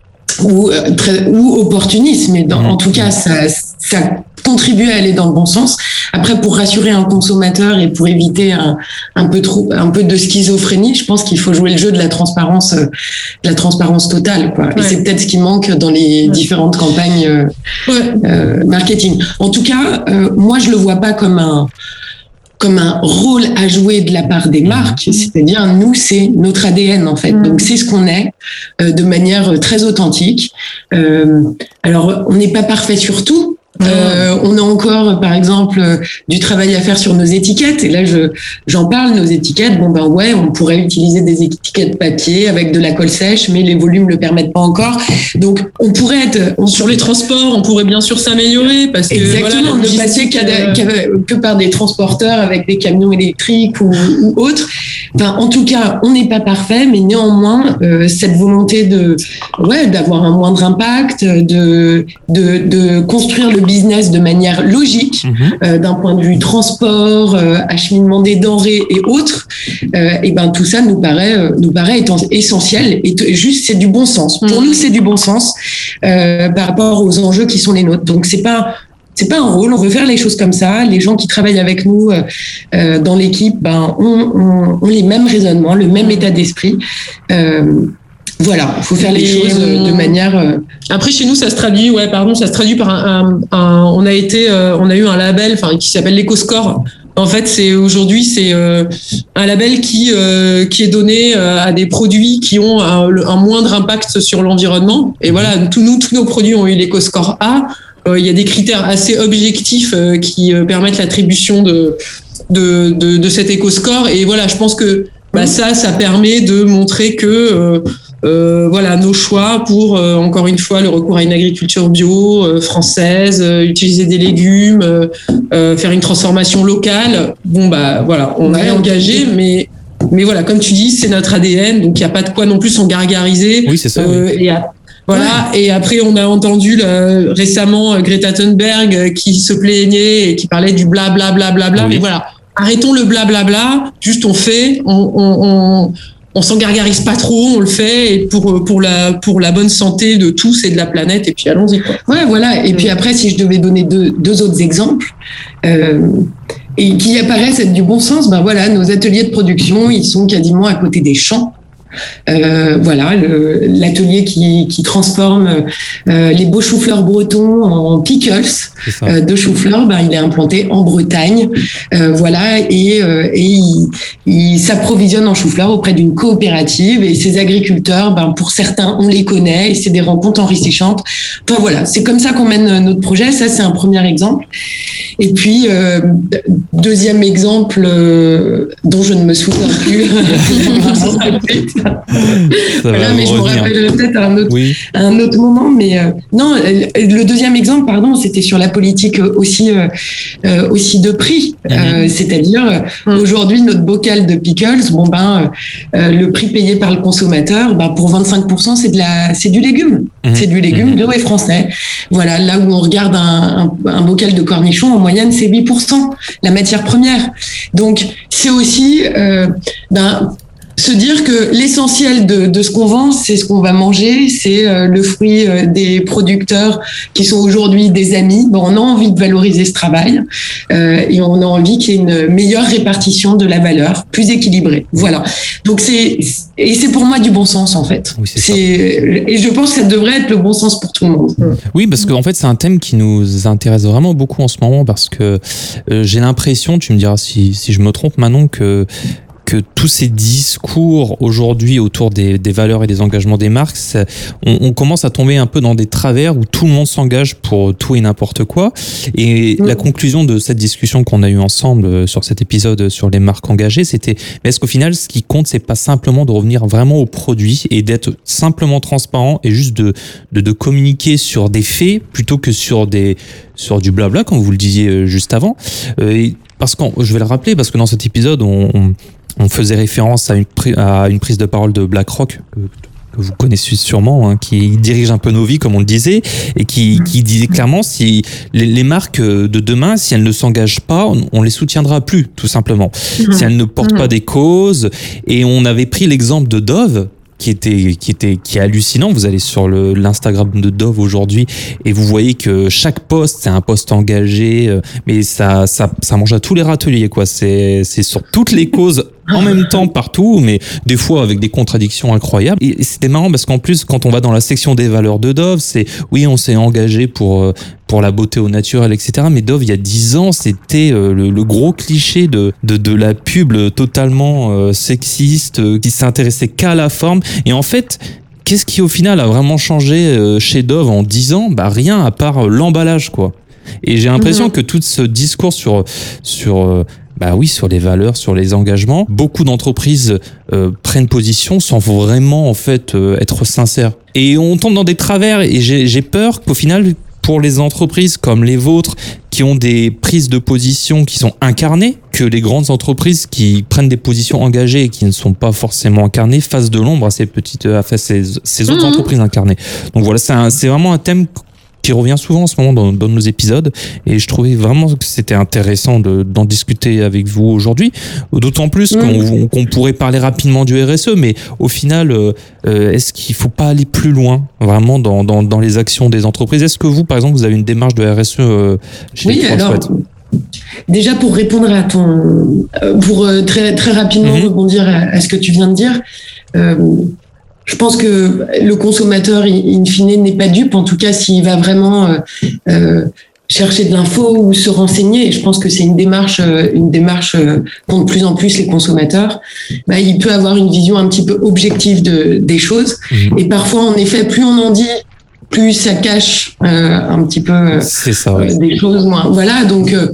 ou, euh, très, ou opportuniste. Mais dans, en tout cas, ça, ça contribue à aller dans le bon sens. Après, pour rassurer un consommateur et pour éviter un, un peu trop, un peu de schizophrénie, je pense qu'il faut jouer le jeu de la transparence, de la transparence totale, quoi. Ouais. Et c'est peut-être ce qui manque dans les ouais. différentes campagnes euh, ouais. euh, marketing. En tout cas, euh, moi, je le vois pas comme un comme un rôle à jouer de la part des marques, mmh. c'est-à-dire nous, c'est notre A D N en fait. Mmh. Donc c'est ce qu'on est euh, de manière très authentique. Euh, alors on n'est pas parfait sur tout. Euh, on a encore, par exemple, du travail à faire sur nos étiquettes. Et là, je, j'en parle, nos étiquettes. Bon, ben ouais, on pourrait utiliser des étiquettes papier avec de la colle sèche, mais les volumes le permettent pas encore. Donc, on pourrait être... On sur les transports, on pourrait bien sûr s'améliorer parce que... Exactement, voilà, ne passer qu'à, qu'à, que par des transporteurs avec des camions électriques ou, ou autres. Enfin, en tout cas, on n'est pas parfait, mais néanmoins, euh, cette volonté de, ouais, d'avoir un moindre impact, de, de, de construire le business de manière logique, mmh. euh, d'un point de vue transport, euh, acheminement des denrées et autres, euh, et ben tout ça nous paraît euh, nous paraît étant essentiel et t- juste c'est du bon sens. Mmh. Pour nous, c'est du bon sens euh, par rapport aux enjeux qui sont les nôtres. Donc c'est pas c'est pas un rôle, on veut faire les choses comme ça. Les gens qui travaillent avec nous euh, dans l'équipe, ben ont, ont, ont les mêmes raisonnements, le même état d'esprit. Euh, Voilà, il faut faire les et choses de manière. Euh... Après, chez nous, ça se traduit, ouais, pardon, ça se traduit par un, un, un on a été, euh, on a eu un label, enfin, qui s'appelle l'EcoScore. En fait, c'est aujourd'hui, c'est euh, un label qui euh, qui est donné euh, à des produits qui ont un, un moindre impact sur l'environnement. Et voilà, tous nous, tous nos produits ont eu l'EcoScore A. Euh, il y a des critères assez objectifs euh, qui euh, permettent l'attribution de de, de de cet EcoScore. Et voilà, je pense que bah ça, ça permet de montrer que euh, euh, voilà nos choix pour euh, encore une fois le recours à une agriculture bio euh, française, euh, utiliser des légumes, euh, euh, faire une transformation locale. Bon bah voilà, on est engagé, mais mais voilà, comme tu dis, c'est notre A D N, donc il y a pas de quoi non plus s'en gargariser. Oui, c'est ça. Euh, oui. Et à, voilà. Ouais. Et après, on a entendu le, récemment Greta Thunberg qui se plaignait et qui parlait du bla bla bla bla bla. Oui. Mais voilà. Arrêtons le blablabla, juste on fait, on, on, on, on s'en gargarise pas trop, on le fait et pour, pour, la, pour la bonne santé de tous et de la planète, et puis allons-y, quoi. Ouais, voilà. Et puis après, si je devais donner deux, deux autres exemples, euh, et qui apparaissent être du bon sens, ben voilà, nos ateliers de production, ils sont quasiment à côté des champs. Euh, voilà, le, l'atelier qui, qui transforme euh, les beaux choux-fleurs bretons en pickles euh, de choux-fleurs, ben, il est implanté en Bretagne, euh, voilà, et, euh, et il, il s'approvisionne en choux-fleurs auprès d'une coopérative. Et ces agriculteurs, ben, pour certains, on les connaît et c'est des rencontres enrichissantes. Enfin voilà, c'est comme ça qu'on mène notre projet. Ça, c'est un premier exemple. Et puis euh, deuxième exemple euh, dont je ne me souviens plus. Voilà, mais je me rappellerai peut-être à un autre, oui. à un autre moment. Mais euh, non, le deuxième exemple, pardon, c'était sur la politique aussi, euh, aussi de prix. Mm-hmm. Euh, c'est-à-dire, mm. aujourd'hui, notre bocal de pickles, bon ben, euh, le prix payé par le consommateur, ben, pour vingt-cinq pour cent, c'est de la, c'est du légume. Mm-hmm. C'est du légume bio mm-hmm. et français. Voilà, là où on regarde un, un, un bocal de cornichons, en moyenne, c'est huit pour cent, la matière première. Donc, c'est aussi, euh, ben, se dire que l'essentiel de, de ce qu'on vend, c'est ce qu'on va manger, c'est euh, le fruit euh, des producteurs qui sont aujourd'hui des amis. Bon, on a envie de valoriser ce travail euh, et on a envie qu'il y ait une meilleure répartition de la valeur, plus équilibrée. Voilà. Donc c'est et c'est pour moi du bon sens en fait. Oui, c'est c'est et je pense que ça devrait être le bon sens pour tout le monde. Oui, parce qu'en fait c'est un thème qui nous intéresse vraiment beaucoup en ce moment parce que euh, j'ai l'impression, tu me diras si si je me trompe, Manon, que que tous ces discours aujourd'hui autour des, des valeurs et des engagements des marques, ça, on, on commence à tomber un peu dans des travers où tout le monde s'engage pour tout et n'importe quoi. Et mmh. la conclusion de cette discussion qu'on a eue ensemble sur cet épisode sur les marques engagées, c'était est-ce qu'au final, ce qui compte, c'est pas simplement de revenir vraiment au produit et d'être simplement transparent et juste de, de, de communiquer sur des faits plutôt que sur des sur du blabla, comme vous le disiez juste avant. Et parce que je vais le rappeler, parce que dans cet épisode, on, on, on faisait référence à une, à une prise de parole de BlackRock, que, que vous connaissez sûrement, hein, qui dirige un peu nos vies, comme on le disait, et qui, qui disait clairement si les, les marques de demain, si elles ne s'engagent pas, on, on les soutiendra plus, tout simplement. Mmh. Si elles ne portent mmh. pas des causes. Et on avait pris l'exemple de Dove, qui était qui était qui est hallucinant. Vous allez sur le l'Instagram de Dove aujourd'hui et vous voyez que chaque post c'est un post engagé, mais ça ça ça mange à tous les râteliers quoi. C'est c'est sur toutes les causes en même temps partout, mais des fois avec des contradictions incroyables. Et c'était marrant parce qu'en plus quand on va dans la section des valeurs de Dove, c'est oui on s'est engagé pour pour la beauté au naturel, et cetera. Mais Dove, il y a dix ans, c'était le, le gros cliché de, de, de la pub totalement euh, sexiste, euh, qui s'intéressait qu'à la forme. Et en fait, qu'est-ce qui au final a vraiment changé euh, chez Dove en dix ans ? Bah rien, à part euh, l'emballage, quoi. Et j'ai l'impression mmh. que tout ce discours sur sur euh, bah oui, sur les valeurs, sur les engagements, beaucoup d'entreprises euh, prennent position sans vraiment en fait euh, être sincères. Et on tombe dans des travers. Et j'ai, j'ai peur qu'au final, pour les entreprises comme les vôtres qui ont des prises de position qui sont incarnées, que les grandes entreprises qui prennent des positions engagées et qui ne sont pas forcément incarnées fassent de l'ombre à ces petites, à ces, ces autres mmh. entreprises incarnées. Donc voilà, c'est, un, c'est vraiment un thème qui revient souvent en ce moment dans, dans nos épisodes et je trouvais vraiment que c'était intéressant de, d'en discuter avec vous aujourd'hui, d'autant plus mmh. qu'on, qu'on pourrait parler rapidement du R S E, mais au final, euh, est-ce qu'il faut pas aller plus loin vraiment dans, dans, dans les actions des entreprises ? Est-ce que vous, par exemple, vous avez une démarche de R S E euh, chez oui, les trois alors, Sweat ? Déjà pour répondre à ton, pour euh, très très rapidement mmh. rebondir à, à ce que tu viens de dire. Euh, Je pense que le consommateur, in fine, n'est pas dupe, en tout cas s'il va vraiment euh, euh, chercher de l'info ou se renseigner. Et je pense que c'est une démarche, une démarche qu'ont de plus en plus les consommateurs. Bah, il peut avoir une vision un petit peu objective de, des choses. Mmh. Et parfois, en effet, plus on en dit, plus ça cache euh, un petit peu euh, c'est ça, ouais. euh, des choses moins. Voilà, donc. Euh,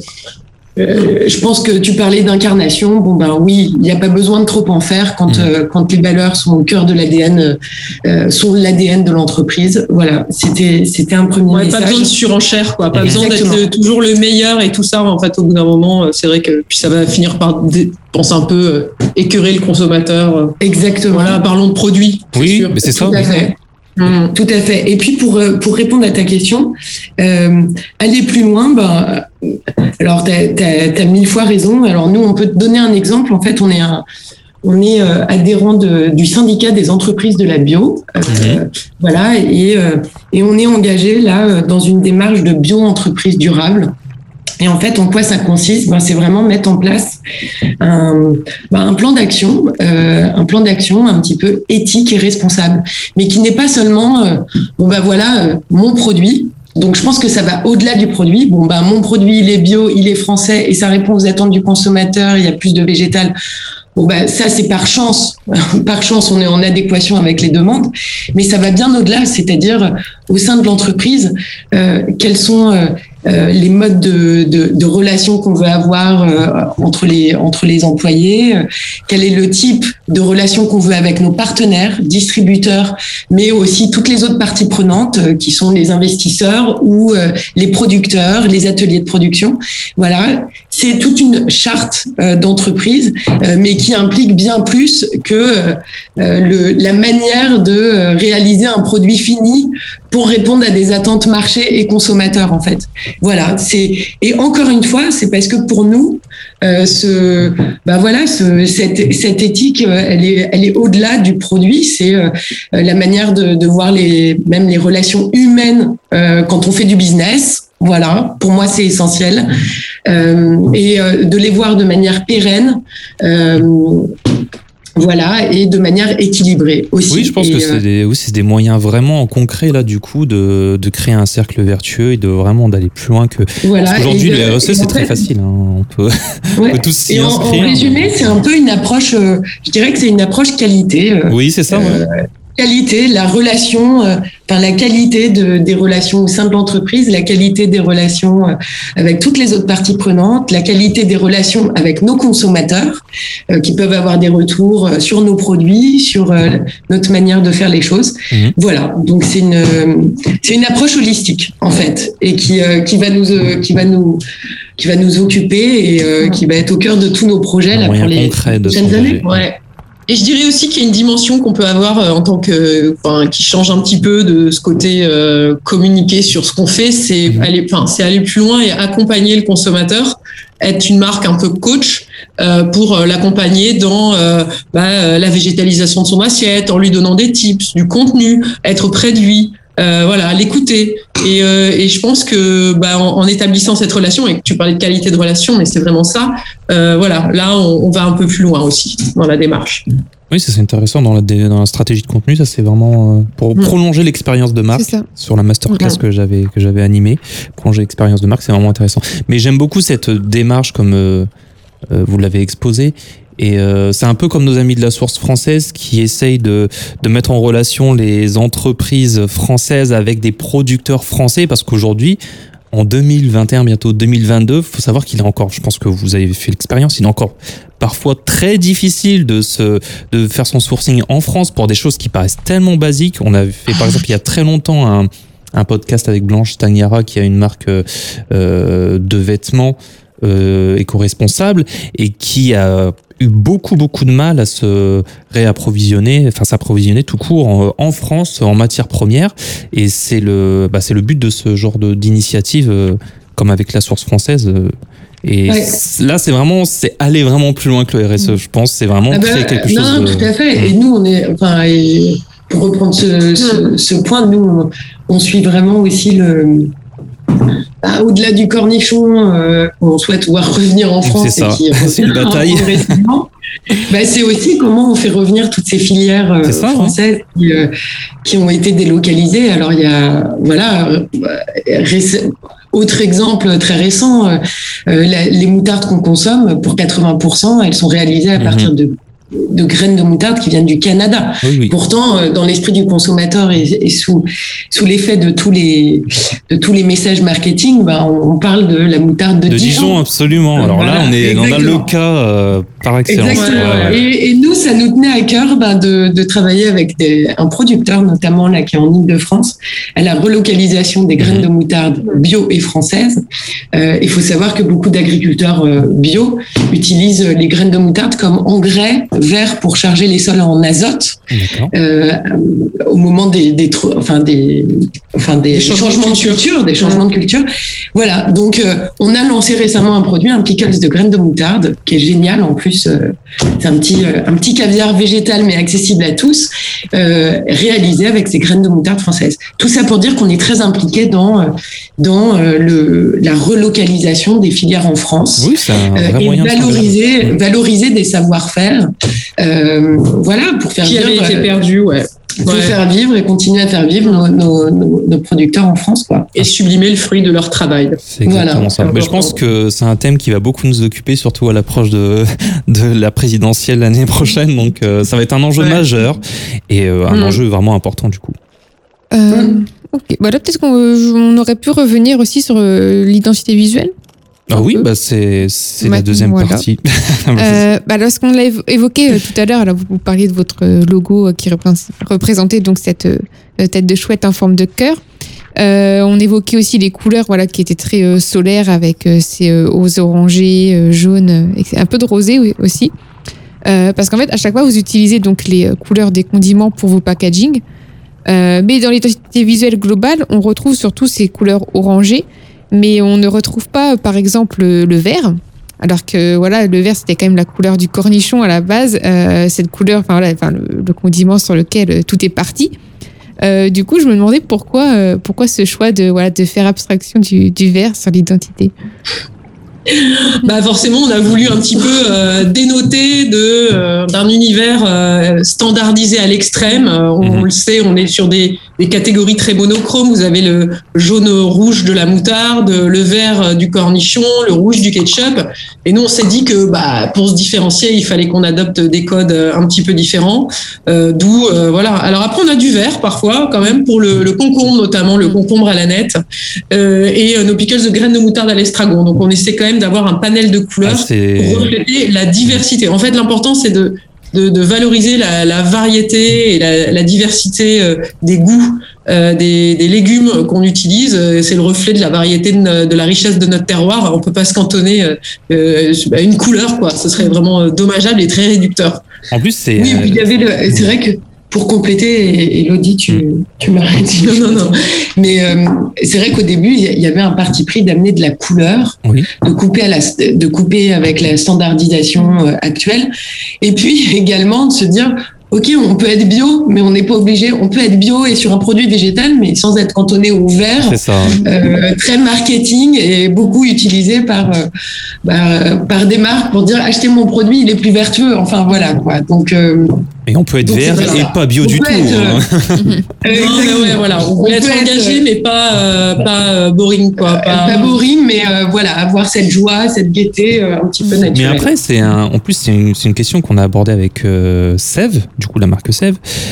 Euh, je pense que tu parlais d'incarnation. Bon ben oui, il n'y a pas besoin de trop en faire quand mmh. euh, quand les valeurs sont au cœur de l'A D N, euh, sont l'A D N de l'entreprise. Voilà, c'était c'était un premier ouais, message. Pas besoin de surenchère, quoi. Pas Exactement. besoin d'être toujours le meilleur et tout ça. En fait, au bout d'un moment, c'est vrai que puis ça va finir par dé- pense un peu euh, écœurer le consommateur. Exactement. Voilà, parlons de produits. Oui, sûr. Mais c'est tout ça. À fait. Mmh, tout à fait. Et puis pour pour répondre à ta question, euh, aller plus loin, bah, alors t'as, t'as, t'as mille fois raison. Alors nous, on peut te donner un exemple. En fait, on est un, on est euh, adhérent de, du syndicat des entreprises de la bio, euh, mmh. voilà, et euh, et on est engagé là dans une démarche de bio-entreprise durable. Et en fait, en quoi ça consiste ? Ben, c'est vraiment mettre en place un, ben, un plan d'action, euh, un plan d'action un petit peu éthique et responsable, mais qui n'est pas seulement euh, bon ben voilà euh, mon produit. Donc je pense que ça va au-delà du produit. Bon ben mon produit il est bio, il est français et ça répond aux attentes du consommateur. Il y a plus de végétal. Bon ben ça c'est par chance, par chance on est en adéquation avec les demandes, mais ça va bien au-delà, c'est-à-dire au sein de l'entreprise, euh, quels sont euh, euh, les modes de, de, de relations qu'on veut avoir euh, entre les entre les employés, euh, quel est le type de relation qu'on veut avec nos partenaires, distributeurs, mais aussi toutes les autres parties prenantes euh, qui sont les investisseurs ou euh, les producteurs, les ateliers de production. Voilà, c'est toute une charte euh, d'entreprise, euh, mais qui qui implique bien plus que euh, le, la manière de euh, réaliser un produit fini pour répondre à des attentes marché et consommateurs en fait. Voilà, c'est et encore une fois, c'est parce que pour nous, euh, ce, bah voilà, ce, cette, cette éthique, euh, elle est, elle est au-delà du produit. C'est euh, la manière de, de voir les, même les relations humaines euh, quand on fait du business. Voilà, pour moi c'est essentiel euh, et euh, de les voir de manière pérenne. Euh, Voilà, et de manière équilibrée aussi. Oui, je pense et, que c'est euh, des, oui, c'est des moyens vraiment concrets là du coup de, de créer un cercle vertueux et de vraiment d'aller plus loin que. Voilà, Parce qu'aujourd'hui et de- le R E C et c'est en très fait- facile, hein. on peut, on ouais. peut tous s'y Et en, en inscrire. résumé, c'est un peu une approche, euh, je dirais que c'est une approche qualité. euh, Oui, c'est ça. euh, ouais. Qualité, la relation, euh, enfin la qualité de, des relations au sein de l'entreprise, la qualité des relations euh, avec toutes les autres parties prenantes, la qualité des relations avec nos consommateurs euh, qui peuvent avoir des retours euh, sur nos produits, sur euh, notre manière de faire les choses. Mhm. Voilà, donc c'est une euh, c'est une approche holistique en fait et qui euh, qui va nous euh, qui va nous qui va nous occuper et euh, qui va être au cœur de tous nos projets Un là moyen pour les concret de prochaines s'engager. années. Ouais. Et je dirais aussi qu'il y a une dimension qu'on peut avoir euh, en tant que, enfin, qui change un petit peu de ce côté euh, communiquer sur ce qu'on fait, c'est Mhm. aller, enfin, c'est aller plus loin et accompagner le consommateur, être une marque un peu coach euh, pour euh, l'accompagner dans euh, bah, euh, la végétalisation de son assiette, en lui donnant des tips, du contenu, être près de lui. Euh, voilà, l'écouter. Et, euh, et je pense que bah, en, en établissant cette relation, et que tu parlais de qualité de relation, mais c'est vraiment ça, euh, voilà, là on, on va un peu plus loin aussi dans la démarche. Oui, ça c'est intéressant dans la, dé- dans la stratégie de contenu. Ça c'est vraiment euh, pour Mm. prolonger l'expérience de marque. C'est ça. Sur la masterclass Ouais. que j'avais que j'avais animée, prolonger l'expérience de marque, c'est vraiment intéressant. Mais j'aime beaucoup cette démarche comme euh, euh, vous l'avez exposé. Et euh, c'est un peu comme nos amis de la source française qui essayent de, de mettre en relation les entreprises françaises avec des producteurs français, parce qu'aujourd'hui, en deux mille vingt et un, bientôt deux mille vingt-deux, faut savoir qu'il est encore, je pense que vous avez fait l'expérience, il est encore parfois très difficile de se, de faire son sourcing en France pour des choses qui paraissent tellement basiques. On a fait, par exemple, il y a très longtemps un, un podcast avec Blanche Stagnara qui a une marque euh, de vêtements euh, éco-responsable et qui a eu beaucoup beaucoup de mal à se réapprovisionner, enfin s'approvisionner tout court en, en France en matières premières, et c'est le bah, c'est le but de ce genre de d'initiative euh, comme avec la source française euh, et Ouais. c- là c'est vraiment c'est aller vraiment plus loin que le R S E, je pense, c'est vraiment Ah bah, créer quelque non, chose non, de... tout à fait. Et nous, on est, enfin, et pour reprendre ce, ce, ce point, nous, on, on suit vraiment aussi le. Bah, au-delà du cornichon, euh, on souhaite voir revenir en France. C'est ça. et qui C'est une revient bataille. progressivement. Bah, c'est aussi comment on fait revenir toutes ces filières euh, C'est ça, françaises qui, euh, qui ont été délocalisées. Alors, il y a, voilà, euh, réc- autre exemple très récent, euh, euh, la- les moutardes qu'on consomme, pour quatre-vingts pour cent, elles sont réalisées à Mhm. partir de, de graines de moutarde qui viennent du Canada. Oui, oui. Pourtant, euh, dans l'esprit du consommateur et, et sous, sous l'effet de tous les, de tous les messages marketing, bah, on, on parle de la moutarde de, De Dijon, absolument. Alors là, Voilà, on est, on a exactement. le cas euh, par excellence. Exactement. Ouais, ouais. Et, et nous, ça nous tenait à cœur ben, de, de travailler avec des, un producteur, notamment là qui est en Île-de-France, à la relocalisation des graines Mhm. de moutarde bio et françaises. Euh, il faut savoir que beaucoup d'agriculteurs euh, bio utilisent les graines de moutarde comme engrais vert pour charger les sols en azote D'accord. euh, au moment des, des, tro- enfin des, enfin des, Des changements changements de de culture. culture, des changements de culture. Voilà. Donc, euh, on a lancé récemment un produit, un pickles de graines de moutarde, qui est génial. En plus, euh, c'est un petit, euh, un petit caviar végétal, mais accessible à tous, euh, réalisé avec ces graines de moutarde françaises. Tout ça pour dire qu'on est très impliqué dans, euh, dans euh, le, la relocalisation des filières en France. Oui, c'est un Euh, vrai et moyen de valoriser, s'engager. valoriser des savoir-faire, euh, voilà, pour faire Qui vivre, avait été euh, perdu, ouais. pour Ouais. faire vivre et continuer à faire vivre nos, nos, nos, nos producteurs en France, quoi. Et sublimer le fruit de leur travail. C'est exactement Voilà. ça. Mais je pense que c'est un thème qui va beaucoup nous occuper, surtout à l'approche de, de la présidentielle l'année prochaine. Donc, euh, ça va être un enjeu Ouais. majeur et euh, un Mm. enjeu vraiment important du coup. Euh, Mm. Ok, voilà, peut-être qu'on on aurait pu revenir aussi sur euh, l'identité visuelle. Ah oui, peu. bah c'est c'est Bah, la deuxième voilà. partie. Euh, bah, lorsqu'on l'a évo- évoqué euh, tout à l'heure, là, vous, vous parliez de votre euh, logo euh, qui représente- représentait donc cette euh, tête de chouette en forme de cœur. Euh, on évoquait aussi les couleurs, voilà, qui étaient très euh, solaires avec euh, ces euh, hauts orangés, euh, jaunes, euh, et un peu de rosé oui, aussi. Euh, parce qu'en fait, à chaque fois, vous utilisez donc les euh, couleurs des condiments pour vos packaging. Euh, mais dans l'identité visuelle globale, on retrouve surtout ces couleurs orangées, mais on ne retrouve pas, euh, par exemple, le, le vert. Alors que voilà, le vert c'était quand même la couleur du cornichon à la base, euh, cette couleur, enfin voilà, enfin, le, le condiment sur lequel euh, tout est parti. Euh, du coup, je me demandais pourquoi, euh, pourquoi ce choix de voilà de faire abstraction du, du vert sur l'identité. bah forcément, on a voulu un petit peu euh, dénoter de euh, d'un univers euh, standardisé à l'extrême. Euh, on, Mhm. on le sait, on est sur des, des catégories très monochromes. Vous avez le jaune-rouge de la moutarde, le vert du cornichon, le rouge du ketchup. Et nous, on s'est dit que bah, pour se différencier, il fallait qu'on adopte des codes un petit peu différents. Euh, d'où, euh, voilà. Alors après, on a du vert parfois, quand même, pour le, le concombre, notamment le concombre à la nette, euh, et euh, nos pickles de graines de moutarde à l'estragon. Donc, on essaie quand même d'avoir un panel de couleurs Ah, c'est- pour refléter la diversité. En fait, l'important, c'est de, de, de valoriser la, la variété et la, la diversité euh, des goûts euh, des, des légumes qu'on utilise. Euh, C'est le reflet de la variété de, no- de la richesse de notre terroir. On peut pas se cantonner euh, euh, à une couleur, quoi. Ce serait vraiment euh, dommageable et très réducteur. En plus, c'est. Oui, et puis il y avait le, c'est vrai que pour compléter, et Elodie, tu, tu m'arrêtes. Non, non, non. Mais euh, c'est vrai qu'au début, il y avait un parti pris d'amener de la couleur, Oui. de couper à la, de couper avec la standardisation euh, actuelle, et puis également de se dire. Ok, on peut être bio, mais on n'est pas obligé. On peut être bio et sur un produit végétal, mais sans être cantonné au vert. C'est ça. Euh, très marketing et beaucoup utilisé par euh, bah, par des marques pour dire achetez mon produit, il est plus vertueux. Enfin voilà quoi. Donc euh, Et on peut être Donc, vert c'est ça. et pas bio On du peut tout. être, hein. euh, Non, mais ouais, voilà. On peut On être peut être, engagé, euh, mais pas, euh, pas euh, boring, quoi. Pas, pas boring, mais euh, voilà, avoir cette joie, cette gaieté euh, un petit peu naturelle. Mais après, c'est un, en plus, c'est une, c'est une question qu'on a abordée avec euh, Sève, du coup, la marque Sève.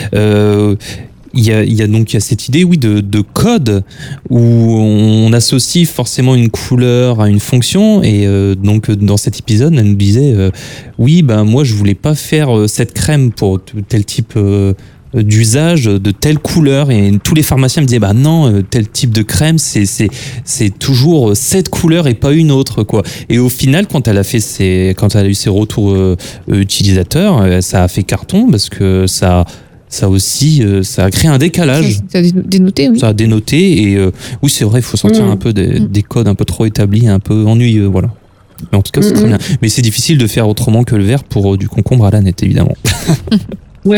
Euh, Il y, a, il y a donc il y a cette idée, oui, de, de code où on associe forcément une couleur à une fonction. Et euh, donc, dans cet épisode, elle nous disait, euh, oui, ben moi, je voulais pas faire euh, cette crème pour t- tel type euh, d'usage de telle couleur, et tous les pharmaciens me disaient bah non, euh, tel type de crème c'est c'est c'est toujours cette couleur et pas une autre, quoi. Et au final, quand elle a fait ses quand elle a eu ses retours euh, utilisateurs, euh, ça a fait carton parce que ça ça aussi euh, ça a créé un décalage. Ça, ça a dénoté, oui. Ça a dénoté, et euh, oui, c'est vrai, il faut sortir Mmh. un peu des, Mmh. des codes un peu trop établis, un peu ennuyeux, voilà. Mais en tout cas, c'est Mmh. très bien. Mais c'est difficile de faire autrement que le vert pour euh, du concombre à la nette, évidemment. Ouais.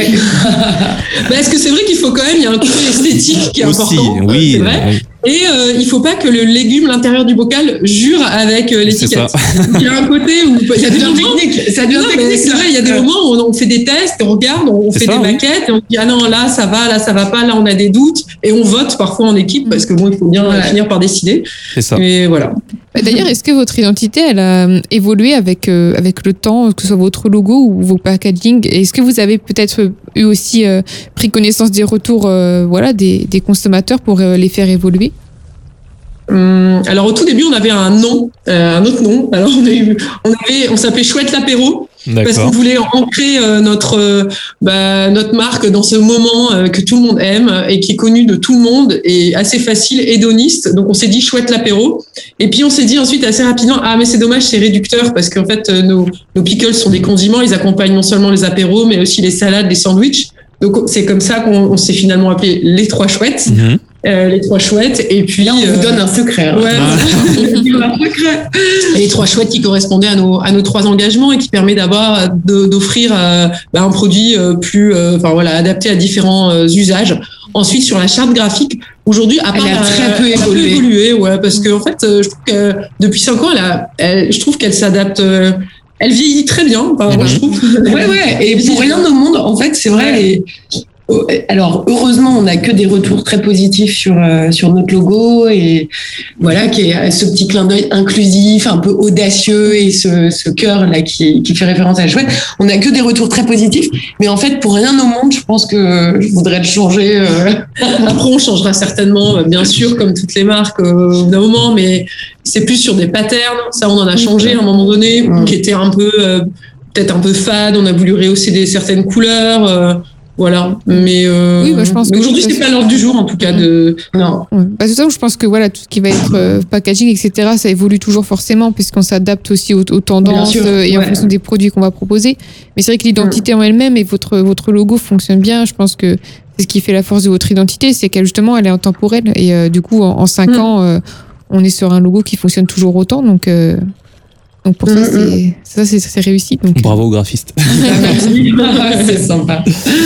Bah, est-ce que c'est vrai qu'il faut quand même, il y a un côté esthétique qui est Aussi, important. oui. C'est vrai. oui. Et euh, il faut pas que le légume, l'intérieur du bocal, jure avec euh, C'est l'étiquette. ça. Il y a un côté où il y a Ça des devient moments. technique. Ça devient Non, mais technique. c'est vrai, il y a des là. moments où on, on fait des tests, on regarde, on C'est fait ça, des oui. maquettes et on dit ah non, là ça va, là ça va pas, là on a des doutes, et on vote parfois en équipe parce que bon, il faut bien Ouais. finir par décider. C'est ça. Et voilà. D'ailleurs, est-ce que votre identité, elle a euh, évolué avec, euh, avec le temps, que ce soit votre logo ou vos packaging? Et est-ce que vous avez peut-être eu aussi euh, pris connaissance des retours euh, voilà, des, des consommateurs pour euh, les faire évoluer? Hum, alors au tout début, on avait un nom, euh, un autre nom. Alors on a eu, on avait, on s'appelait Chouette l'apéro. Parce qu'on D'accord. voulait ancrer euh, notre euh, bah, notre marque dans ce moment euh, que tout le monde aime et qui est connu de tout le monde et assez facile, hédoniste. Donc on s'est dit chouette l'apéro. Et puis on s'est dit ensuite assez rapidement ah mais c'est dommage, c'est réducteur parce qu'en fait euh, nos nos pickles sont des condiments, ils accompagnent non seulement les apéros mais aussi les salades, les sandwichs. Donc c'est comme ça qu'on on s'est finalement appelé les trois chouettes, Mhm. euh, les trois chouettes. Et puis Là, on vous euh, donne un secret. hein. Ouais, Ah. et les trois chouettes qui correspondaient à nos, à nos trois engagements et qui permet d'avoir de- d'offrir euh, bah, un produit euh, plus, euh, enfin voilà, adapté à différents euh, usages. Ensuite, sur la charte graphique, aujourd'hui, à Elle part a la- très peu elle a évolué. évolué, ouais, parce que en fait, euh, je trouve que depuis cinq ans, elle a, elle- je trouve qu'elle s'adapte. euh, elle vieillit très bien, enfin, moi, Mhm. je trouve. Ouais, ouais. Et pour rien au monde, en fait, c'est vrai. Et, alors, heureusement, on n'a que des retours très positifs sur, euh, sur notre logo et voilà, qui est ce petit clin d'œil inclusif, un peu audacieux et ce, ce cœur là qui, qui fait référence à la chouette. On n'a que des retours très positifs. Mais en fait, pour rien au monde, je pense que je voudrais le changer. euh, Après, on changera certainement, euh, bien sûr, comme toutes les marques, euh, au bout d'un moment, mais c'est plus sur des patterns. Ça, on en a changé à un moment donné, Mm. qui était un peu, euh, peut-être un peu fade. On a voulu rehausser des, certaines couleurs. euh, voilà. Mais, euh, Oui, bah, je pense mais que aujourd'hui, c'est c'est pas l'ordre du jour, en tout cas. De... non. Ouais. Bah, de toute façon, je pense que voilà, tout ce qui va être euh, packaging, et cetera, ça évolue toujours forcément, puisqu'on s'adapte aussi aux, aux tendances Bien sûr, euh, et en ouais. fonction des produits qu'on va proposer. Mais c'est vrai que l'identité en elle-même et votre, votre logo fonctionne bien. Je pense que c'est ce qui fait la force de votre identité, c'est qu'elle, justement, elle est intemporelle. Et euh, du coup, en, en cinq Mm. ans, euh, on est sur un logo qui fonctionne toujours autant. Donc, euh, donc pour ça, Mm, c'est, ça, c'est, c'est réussi. Donc, Bravo aux graphistes. C'est sympa.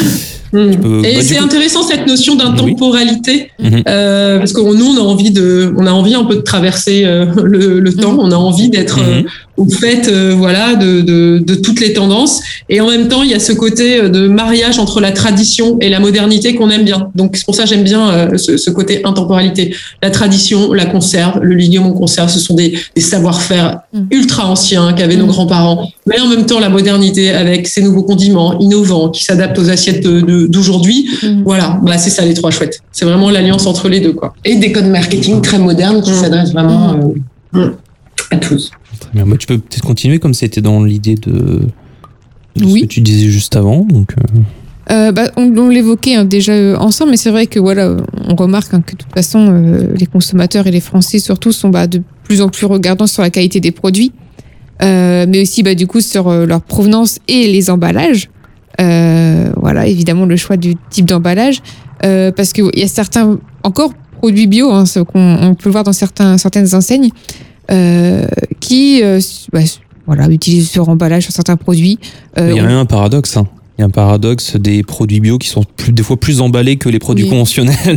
Mmh. peux, Et bah, c'est coup... intéressant cette notion d'intemporalité, oui. mmh. euh, parce que nous on a envie de, on a envie un peu de traverser euh, le, le temps, on a envie d'être mmh. euh, au fait, euh, voilà, de, de, de toutes les tendances. Et en même temps, il y a ce côté de mariage entre la tradition et la modernité qu'on aime bien. Donc c'est pour ça que j'aime bien euh, ce, ce côté intemporalité. La tradition, la conserve, le lignon on conserve, ce sont des, des savoir-faire mmh. ultra anciens qu'avaient mmh. nos grands-parents. Mais en même temps, la modernité avec ces nouveaux condiments innovants qui s'adaptent aux assiettes de, de, d'aujourd'hui. Mmh. Voilà, bah, c'est ça les trois chouettes. C'est vraiment l'alliance entre les deux, quoi. Et des codes marketing très modernes qui mmh. s'adressent vraiment euh, mmh. à tous. Très bien. Bah, tu peux peut-être continuer comme c'était dans l'idée de, de oui. ce que tu disais juste avant. Donc, euh... Euh, bah, on, on l'évoquait hein, déjà euh, ensemble, mais c'est vrai que voilà, on remarque hein, que de toute façon, euh, les consommateurs et les Français surtout sont bah, de plus en plus regardants sur la qualité des produits, euh, mais aussi bah, du coup sur euh, leur provenance et les emballages. Euh, voilà, évidemment le choix du type d'emballage, euh, parce qu'il y a certains encore produits bio, hein, ce qu'on on peut le voir dans certains, certaines enseignes, euh, qui euh, bah, voilà, utilisent leur emballage sur certains produits. Euh, Il y a on... même un paradoxe. Hein. Il y a un paradoxe des produits bio qui sont plus, des fois plus emballés que les produits oui. conventionnels.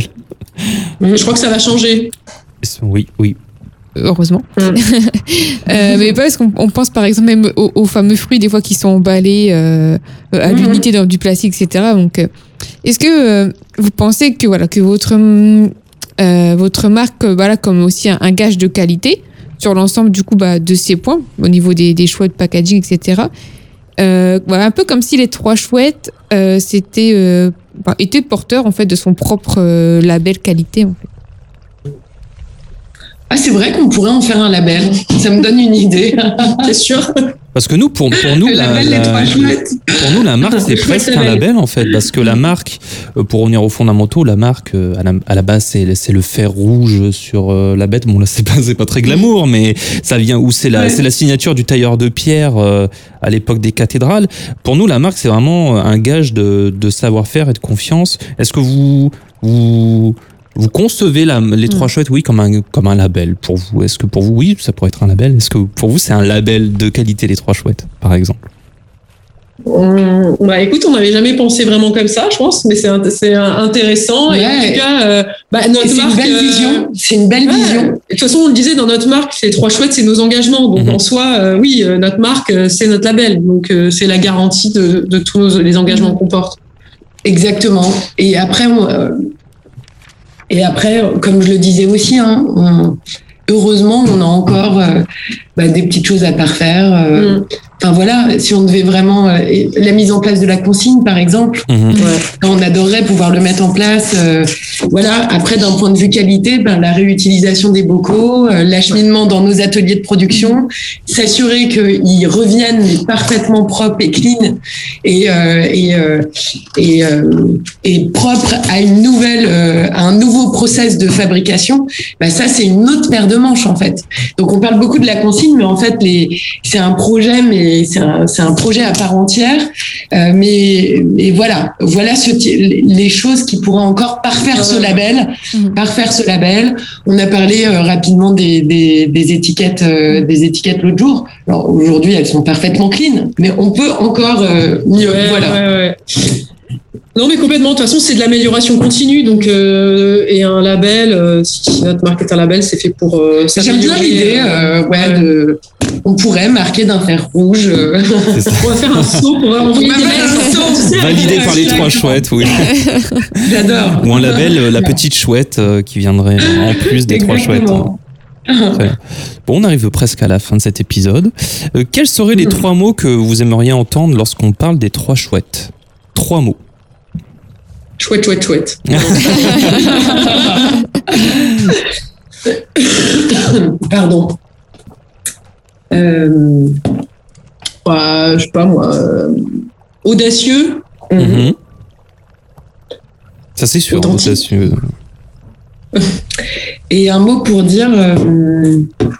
Je crois que ça va changer. Oui, oui. Heureusement. Mm. euh, mais pas parce qu'on on pense par exemple même aux, aux fameux fruits des fois qui sont emballés euh, à mm-hmm. l'unité dans du plastique, et cetera. Donc, euh, est-ce que euh, vous pensez que voilà que votre euh, votre marque voilà comme aussi un, un gage de qualité sur l'ensemble du coup bah, de ces points au niveau des, des choix de packaging, et cetera. Euh, voilà, un peu comme si les trois chouettes euh, c'était euh, bah, étaient porteurs en fait de son propre euh, label qualité en fait. Ah, c'est vrai qu'on pourrait en faire un label. Ça me donne une idée. C'est sûr. Parce que nous, pour, pour nous, la, la, pour nous, la marque, c'est presque un label, en fait. Parce que la marque, pour revenir aux fondamentaux, la marque, à la, à la base, c'est, c'est le fer rouge sur la bête. Bon, là, c'est pas, c'est pas très glamour, mais ça vient où c'est la, ouais. c'est la signature du tailleur de pierre euh, à l'époque des cathédrales. Pour nous, la marque, c'est vraiment un gage de, de savoir-faire et de confiance. Est-ce que vous, vous, Vous concevez la, les trois chouettes, oui, comme un, comme un label pour vous. Est-ce que pour vous, oui, ça pourrait être un label? Est-ce que pour vous, c'est un label de qualité, les trois chouettes, par exemple? On, bah écoute, on n'avait jamais pensé vraiment comme ça, je pense, mais c'est, c'est intéressant. Ouais. Et en tout cas, euh, bah, notre c'est marque, une belle vision. Euh, c'est une belle ouais. vision. De toute façon, on le disait dans notre marque, c'est les trois chouettes, c'est nos engagements. Donc mm-hmm. en soi, euh, oui, euh, notre marque, euh, c'est notre label. Donc euh, c'est la garantie de, de tous nos, les engagements mm-hmm. qu'on porte. Exactement. Et après, on, euh, et après, comme je le disais aussi, hein, on, heureusement, on a encore euh, bah, des petites choses à parfaire. Euh, mm. Enfin voilà, si on devait vraiment euh, la mise en place de la consigne, par exemple, mm-hmm. ouais, on adorerait pouvoir le mettre en place. Euh, voilà. Après, d'un point de vue qualité, ben la réutilisation des bocaux, euh, l'acheminement dans nos ateliers de production, mm-hmm. s'assurer qu'ils reviennent parfaitement propres et clean et euh, et euh, et, euh, et propres à une nouvelle, euh, à un nouveau process de fabrication. Ben ça, c'est une autre paire de manches en fait. Donc on parle beaucoup de la consigne, mais en fait, les c'est un projet, mais c'est un, c'est un projet à part entière, euh, mais, mais voilà, voilà ce, les choses qui pourraient encore parfaire ce label, mmh. parfaire ce label. On a parlé euh, rapidement des, des, des étiquettes, euh, des étiquettes l'autre jour. Alors aujourd'hui, elles sont parfaitement clean, mais on peut encore euh, mieux. Ouais, voilà. Ouais, ouais. Non, mais complètement. De toute façon, c'est de l'amélioration continue. Donc, euh, et un label, euh, si notre marque est un label, c'est fait pour. Euh, J'aime bien l'idée. Euh, ouais, ouais. De, on pourrait marquer d'un fer rouge. Euh. On va faire un saut pour envoyer des mails. Validé par les trois chouettes, oui. J'adore. Ou un label, euh, la petite chouette, euh, qui viendrait en plus des Exactement. Trois chouettes. Hein. Bon, on arrive presque à la fin de cet épisode. Euh, quels seraient les mmh. trois mots que vous aimeriez entendre lorsqu'on parle des trois chouettes? Trois mots. Chouette, chouette, chouette. Pardon. Euh, bah, je sais pas moi. Euh, audacieux. Mm-hmm. Ça, c'est sûr. Authentique. Audacieux. Et un mot pour dire. Euh,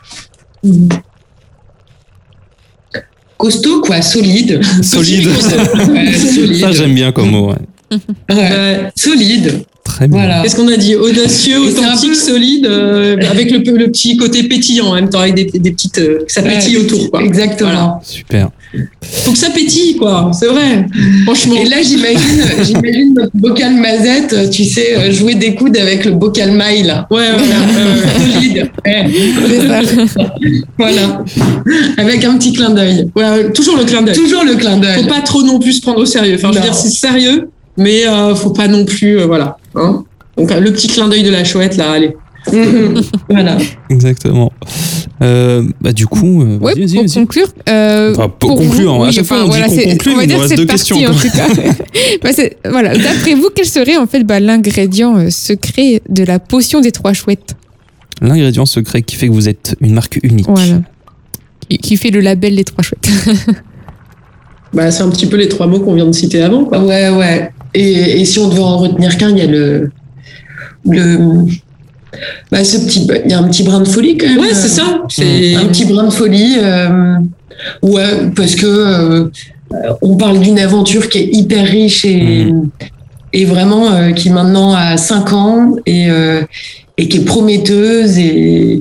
costaud, quoi. Solide. Solide. Ouais, solide. Ça, j'aime bien comme mot, ouais. Ouais, solide. Très bien. Voilà. Qu'est-ce qu'on a dit? Audacieux, Et c'est un authentique, peu- solide, euh, avec le, le petit côté pétillant en même temps, avec des, des petites, euh, ça pétille Ouais, autour, quoi. Exactement. Voilà. Super. Faut que ça pétille, quoi. C'est vrai. Franchement. Et là, j'imagine, j'imagine notre bocal Mazette, tu sais, euh, jouer des coudes avec le bocal maille, là. Ouais, voilà. euh, Solide. Ouais. C'est ça. Voilà. Avec un petit clin d'œil. ouais, toujours le clin d'œil. Toujours le clin d'œil. Faut pas trop non plus se prendre au sérieux. Enfin, je veux Non. dire, c'est sérieux, mais euh, faut pas non plus, euh, voilà. Hein. Donc, euh, le petit clin d'œil de la chouette, là, allez. Mhm. Voilà. Exactement. Euh, bah, du coup, euh, Ouais, vas-y, vas-y, pour vas-y. conclure. euh, Enfin, pour conclure, vous, à oui, chaque fois, on dit voilà, qu'on c'est- conclut, on va mais il dire nous reste c'est deux parti, questions, en quoi. tout cas. Bah, c'est- voilà. D'après vous, quel serait en fait bah, l'ingrédient euh, secret de la potion des trois chouettes? L'ingrédient secret qui fait que vous êtes une marque unique. Voilà. Qui- Qui fait le label des trois chouettes. Bah, c'est un petit peu les trois mots qu'on vient de citer avant, quoi. Ouais, ouais. Et, et si on devait en retenir qu'un, il y a le. le bah, ce petit, il y a un petit brin de folie quand même. Ouais, c'est ça. C'est Un petit brin de folie. euh, ouais, parce que euh, on parle d'une aventure qui est hyper riche et, et vraiment euh, qui maintenant a cinq ans et, euh, et qui est prometteuse et,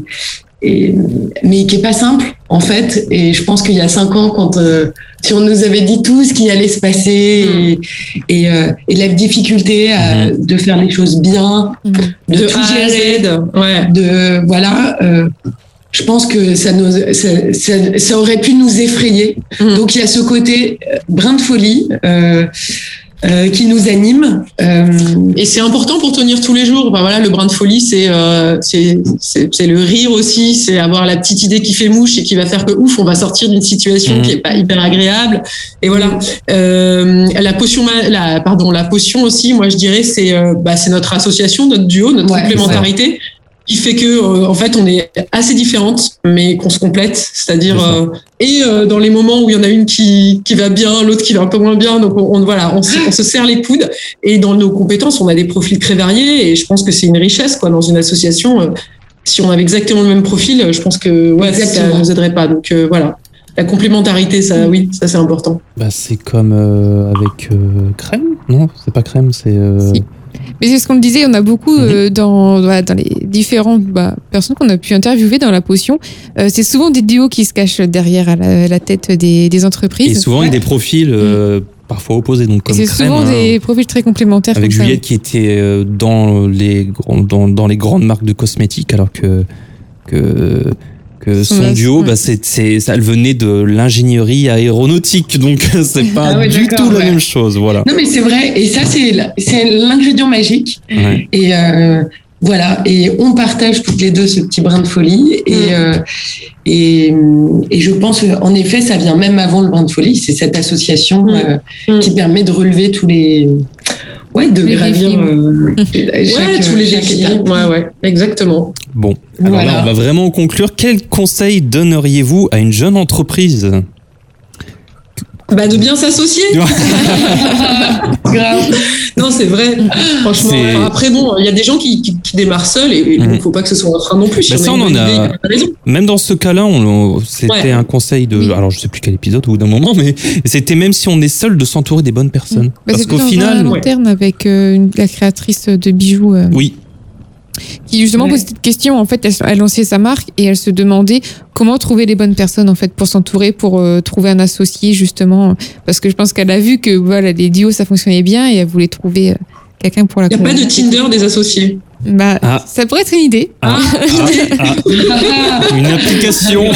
et mais qui est pas simple en fait. Et je pense qu'il y a cinq ans, quand euh, si on nous avait dit tout ce qui allait se passer et, et, euh, et la difficulté à, de faire les choses bien, de, de tout A à gérer, Z. Ouais. de voilà. Euh, je pense que ça, nous, ça, ça, ça aurait pu nous effrayer. Mm. Donc il y a ce côté euh, brin de folie euh, euh, qui nous anime. Euh, Et c'est important pour tenir tous les jours. Enfin, voilà, le brin de folie, c'est euh, c'est c'est c'est le rire aussi, c'est avoir la petite idée qui fait mouche et qui va faire que ouf, on va sortir d'une situation Mmh. qui est pas hyper agréable. Et voilà, euh, la potion, ma- la pardon, la potion aussi. Moi, je dirais c'est euh, bah, c'est notre association, notre duo, notre Ouais, complémentarité. Qui fait que euh, en fait on est assez différentes mais qu'on se complète, c'est-à-dire C'est ça. euh, et euh, dans les moments où il y en a une qui qui va bien, l'autre qui va un peu moins bien, donc on, on voilà, on se, on se serre les coudes. Et dans nos compétences, on a des profils très variés et je pense que c'est une richesse quoi dans une association. euh, Si on avait exactement le même profil, euh, je pense que ouais, ça Exactement. nous aiderait pas. Donc euh, voilà, la complémentarité, ça oui, ça c'est important. Bah, c'est comme euh, avec euh, crème. Non, c'est pas crème, c'est. euh, Si. Mais c'est ce qu'on le disait, on a beaucoup euh, dans, voilà, dans les différentes bah, personnes qu'on a pu interviewer dans la potion. Euh, c'est souvent des duos qui se cachent derrière à la, la tête des, des entreprises. Et souvent avec des profils euh, parfois opposés, donc Et comme c'est crème. souvent hein. des profils très complémentaires. Avec comme ça. Juliette qui était euh, dans les grands- dans, dans les grandes marques de cosmétiques, alors que que que Son son as- duo, ouais. bah c'est c'est ça, elle venait de l'ingénierie aéronautique, donc c'est pas Ah ouais, du d'accord, tout la ouais. même chose, voilà. non mais c'est vrai. Et ça c'est la- c'est l'ingrédient magique. Ouais. Et euh, voilà, et on partage toutes les deux ce petit brin de folie. Et, Mm. euh, et, et je pense, en effet, ça vient même avant le brin de folie. C'est cette association Mm. euh, Mm. qui permet de relever tous les. Ouais, de Les gravir. défis. euh, Ouais, chaque- tous les chaque défis. étape. Ouais, ouais, exactement. Bon, alors Voilà. là, on va vraiment conclure. Quel conseil donneriez-vous à une jeune entreprise? Bah de bien s'associer. Grave. Non, c'est vrai. Franchement, C'est- enfin, après bon, il y a des gens qui, qui, qui démarrent seuls et il Mhm. ne faut pas que ce soit un frein non plus. Si Bah, on ça, a on une en bonne a- idée, il y a pas raison. Même dans ce cas-là, on, c'était Ouais. un conseil de, Oui. alors je sais plus quel épisode ou d'un moment, mais c'était même si on est seul de s'entourer des bonnes personnes. Bah, Parce c'était qu'au dans final, un interne avec euh, une- la créatrice de bijoux euh, oui, qui justement Ouais. posait cette question. En fait, elle, elle lançait sa marque et elle se demandait comment trouver les bonnes personnes en fait pour s'entourer, pour euh, trouver un associé justement. Parce que je pense qu'elle a vu que voilà les duos ça fonctionnait bien et elle voulait trouver euh, quelqu'un pour la. Il n'y a pas de compléter. Tinder des associés. Bah, Ah. ça pourrait être une idée. Ah, ah, ah, une application.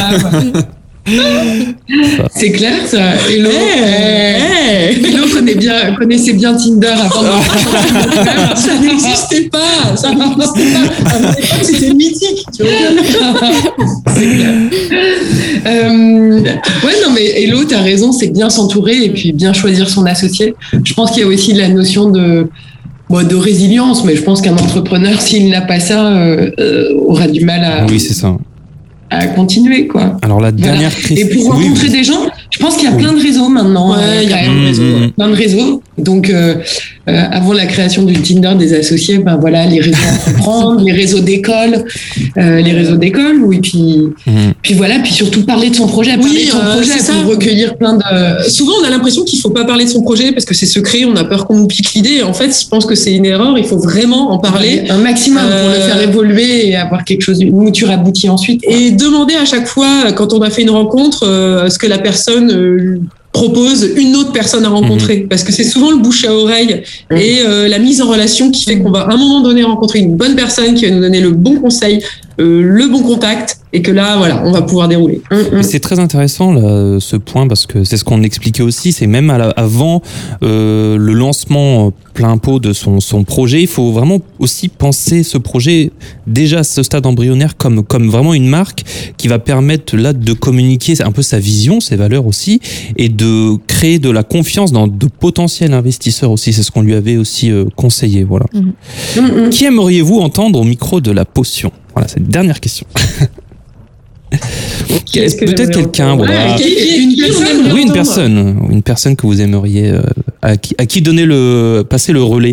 C'est clair, ça. Hello. Hey, hey. Hello connaît bien, connaissait bien Tinder avant de Ça n'existait pas. Ça n'existait pas. À mon époque, c'était mythique. Tu vois. C'est clair. Euh, ouais, non, mais Hello, t'as raison, c'est bien s'entourer et puis bien choisir son associé. Je pense qu'il y a aussi la notion de, bon, de résilience, mais je pense qu'un entrepreneur, s'il n'a pas ça, euh, euh, aura du mal à, Oui, c'est ça. à continuer, quoi. Alors la Voilà. dernière question. Et pour Oui, rencontrer oui. des gens, Je pense qu'il y a plein de réseaux maintenant. Ouais, il y a plein de réseaux. Mmh. Plein de réseaux. Donc, euh, euh, avant la création du Tinder des associés, ben voilà, les réseaux à comprendre, les réseaux d'école, euh, les réseaux d'école, oui, puis, Mmh. puis voilà, puis surtout parler de son projet, parler Oui, de son euh, projet c'est pour ça. recueillir plein de. Euh, souvent, on a l'impression qu'il faut pas parler de son projet parce que c'est secret, on a peur qu'on nous pique l'idée. En fait, je pense que c'est une erreur. Il faut vraiment en parler. Un maximum pour Euh, le faire évoluer et avoir quelque chose, une mouture aboutie ensuite. Et demander à chaque fois, quand on a fait une rencontre, euh, ce que la personne euh, propose une autre personne à rencontrer. Parce que c'est souvent le bouche à oreille Mhm. et euh, la mise en relation qui fait qu'on va à un moment donné rencontrer une bonne personne qui va nous donner le bon conseil, euh, le bon contact, et que là, voilà, on va pouvoir dérouler. Mais c'est très intéressant là, ce point, parce que c'est ce qu'on expliquait aussi, c'est même à la- avant euh, le lancement plein pot de son, son projet, il faut vraiment aussi penser ce projet déjà à ce stade embryonnaire comme, comme vraiment une marque qui va permettre là de communiquer un peu sa vision, ses valeurs aussi, et de créer de la confiance dans de potentiels investisseurs aussi. C'est ce qu'on lui avait aussi euh, conseillé. Voilà. Mhm. Qui aimeriez-vous entendre au micro de la potion? Voilà, c'est la dernière question. Qu'est-ce que Peut-être j'aimerais quelqu'un, entendre voilà. Ouais, qui- une personne, Oui, une entendre. personne, une personne que vous aimeriez, euh, à, qui, à qui donner le, passer le relais.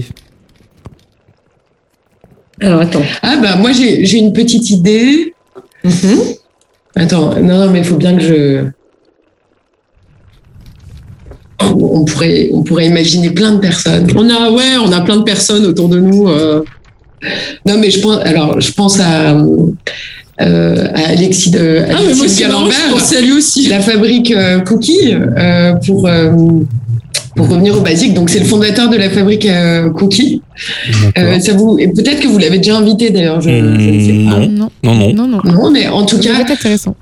Alors, attends. Ah bah moi j'ai j'ai une petite idée. Attends, non, non, mais il faut bien que je. On pourrait, on pourrait imaginer plein de personnes. On a, ouais, on a plein de personnes autour de nous. euh, Non, mais je pense, alors, je pense à, euh, à Alexis de Ah, mais Alexis moi, c'est marrant, je Galambert, pensais à lui aussi. la fabrique euh, Cookie, euh, pour, euh, pour revenir au basique. Donc, c'est le fondateur de la fabrique euh, Cookie. Euh, ça vous, et peut-être que vous l'avez déjà invité d'ailleurs. Je, je ne sais Mmh, pas. non. Non, Non, non. non, non. Non, mais en tout Ça cas, peut être intéressant.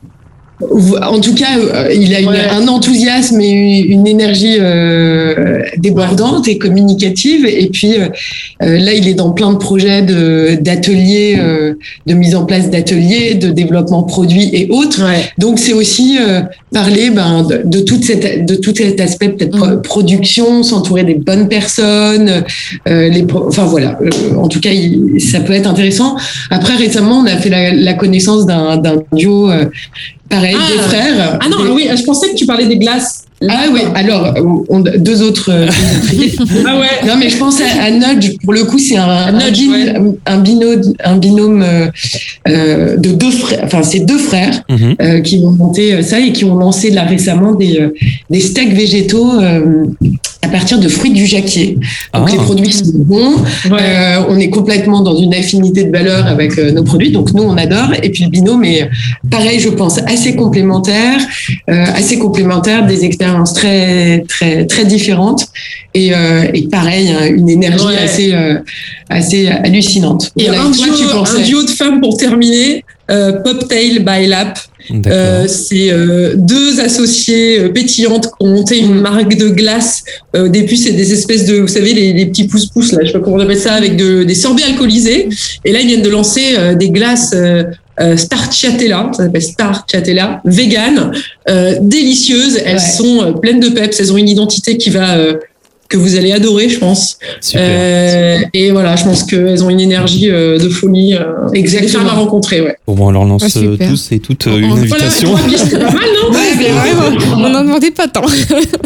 En tout cas, euh, il a une- Ouais. un enthousiasme et une, une énergie euh, débordante et communicative. Et puis euh, euh, là, il est dans plein de projets de, d'ateliers, euh, de mise en place d'ateliers, de développement produit et autres. Ouais. Donc c'est aussi euh, parler ben, de, de, toute cette, de tout cet aspect peut-être pro- Mhm. production, s'entourer des bonnes personnes. Euh, les, pro- enfin voilà, Euh, en tout cas, il, ça peut être intéressant. Après, récemment, on a fait la, la connaissance d'un, d'un duo. Euh, Pareil, Ah. des frères. Ah non, Des- oui, je pensais que tu parlais des glaces. Ah oui, alors, on, deux autres. euh, Ah ouais. non, mais je pense à, à Nudge. Pour le coup, c'est un, un, Nudge, bin- ouais. un binôme, un binôme euh, euh, de deux frères. Enfin, c'est deux frères Mhm. euh, qui ont monté ça et qui ont lancé là récemment des, euh, des steaks végétaux euh, à partir de fruits du jacquier. Donc, Ah. les produits sont bons. Ouais. Euh, on est complètement dans une affinité de valeur avec euh, nos produits, donc nous on adore. Et puis le binôme est pareil, je pense, assez complémentaire, euh, assez complémentaire, des expériences très très très différentes et, euh, et pareil, hein, une énergie Ouais. assez euh, assez hallucinante. Et Voilà, un, toi, duo, tu pensais- un duo de femmes pour terminer, euh, Poptail by Lap. D'accord. Euh, c'est euh, deux associées euh, pétillantes qui ont monté une marque de glace. Euh, au début, c'est des espèces de, vous savez, les, les petits pouces-pouces, là, je sais pas comment on appelle ça, avec de, des sorbets alcoolisés. Et là, ils viennent de lancer euh, des glaces euh, euh, Stracciatella, ça s'appelle Stracciatella, vegan, euh, délicieuses. Elles Ouais. sont euh, pleines de peps. Elles ont une identité qui va euh, que vous allez adorer, je pense. Super. Euh, et voilà, je pense qu'elles ont une énergie euh, de folie. Euh, Exactement. Des femmes à rencontrer, ouais. Bon, bon, on leur lance Ah, euh, super. tous et toutes euh, Oh, une voilà, invitation. Voilà, trois pistes, c'est pas mal, non? Ouais, mais vraiment. On n'en demandait pas tant.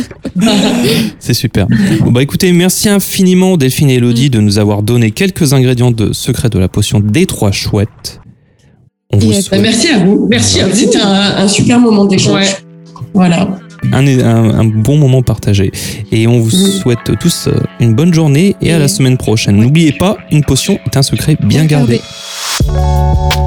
C'est super. Bon, bah écoutez, merci infiniment Delphine et Elodie de nous avoir donné quelques ingrédients de secret de la potion des trois chouettes. On vous Et à- souhaite Merci à vous. Merci à vous. C'était un, un super moment d'échange. Ouais. Voilà. un, un, un bon moment partagé. Et on vous Mm. souhaite tous euh, une bonne journée et à la semaine prochaine. N'oubliez pas, une potion est un secret bien Bien gardé. gardé.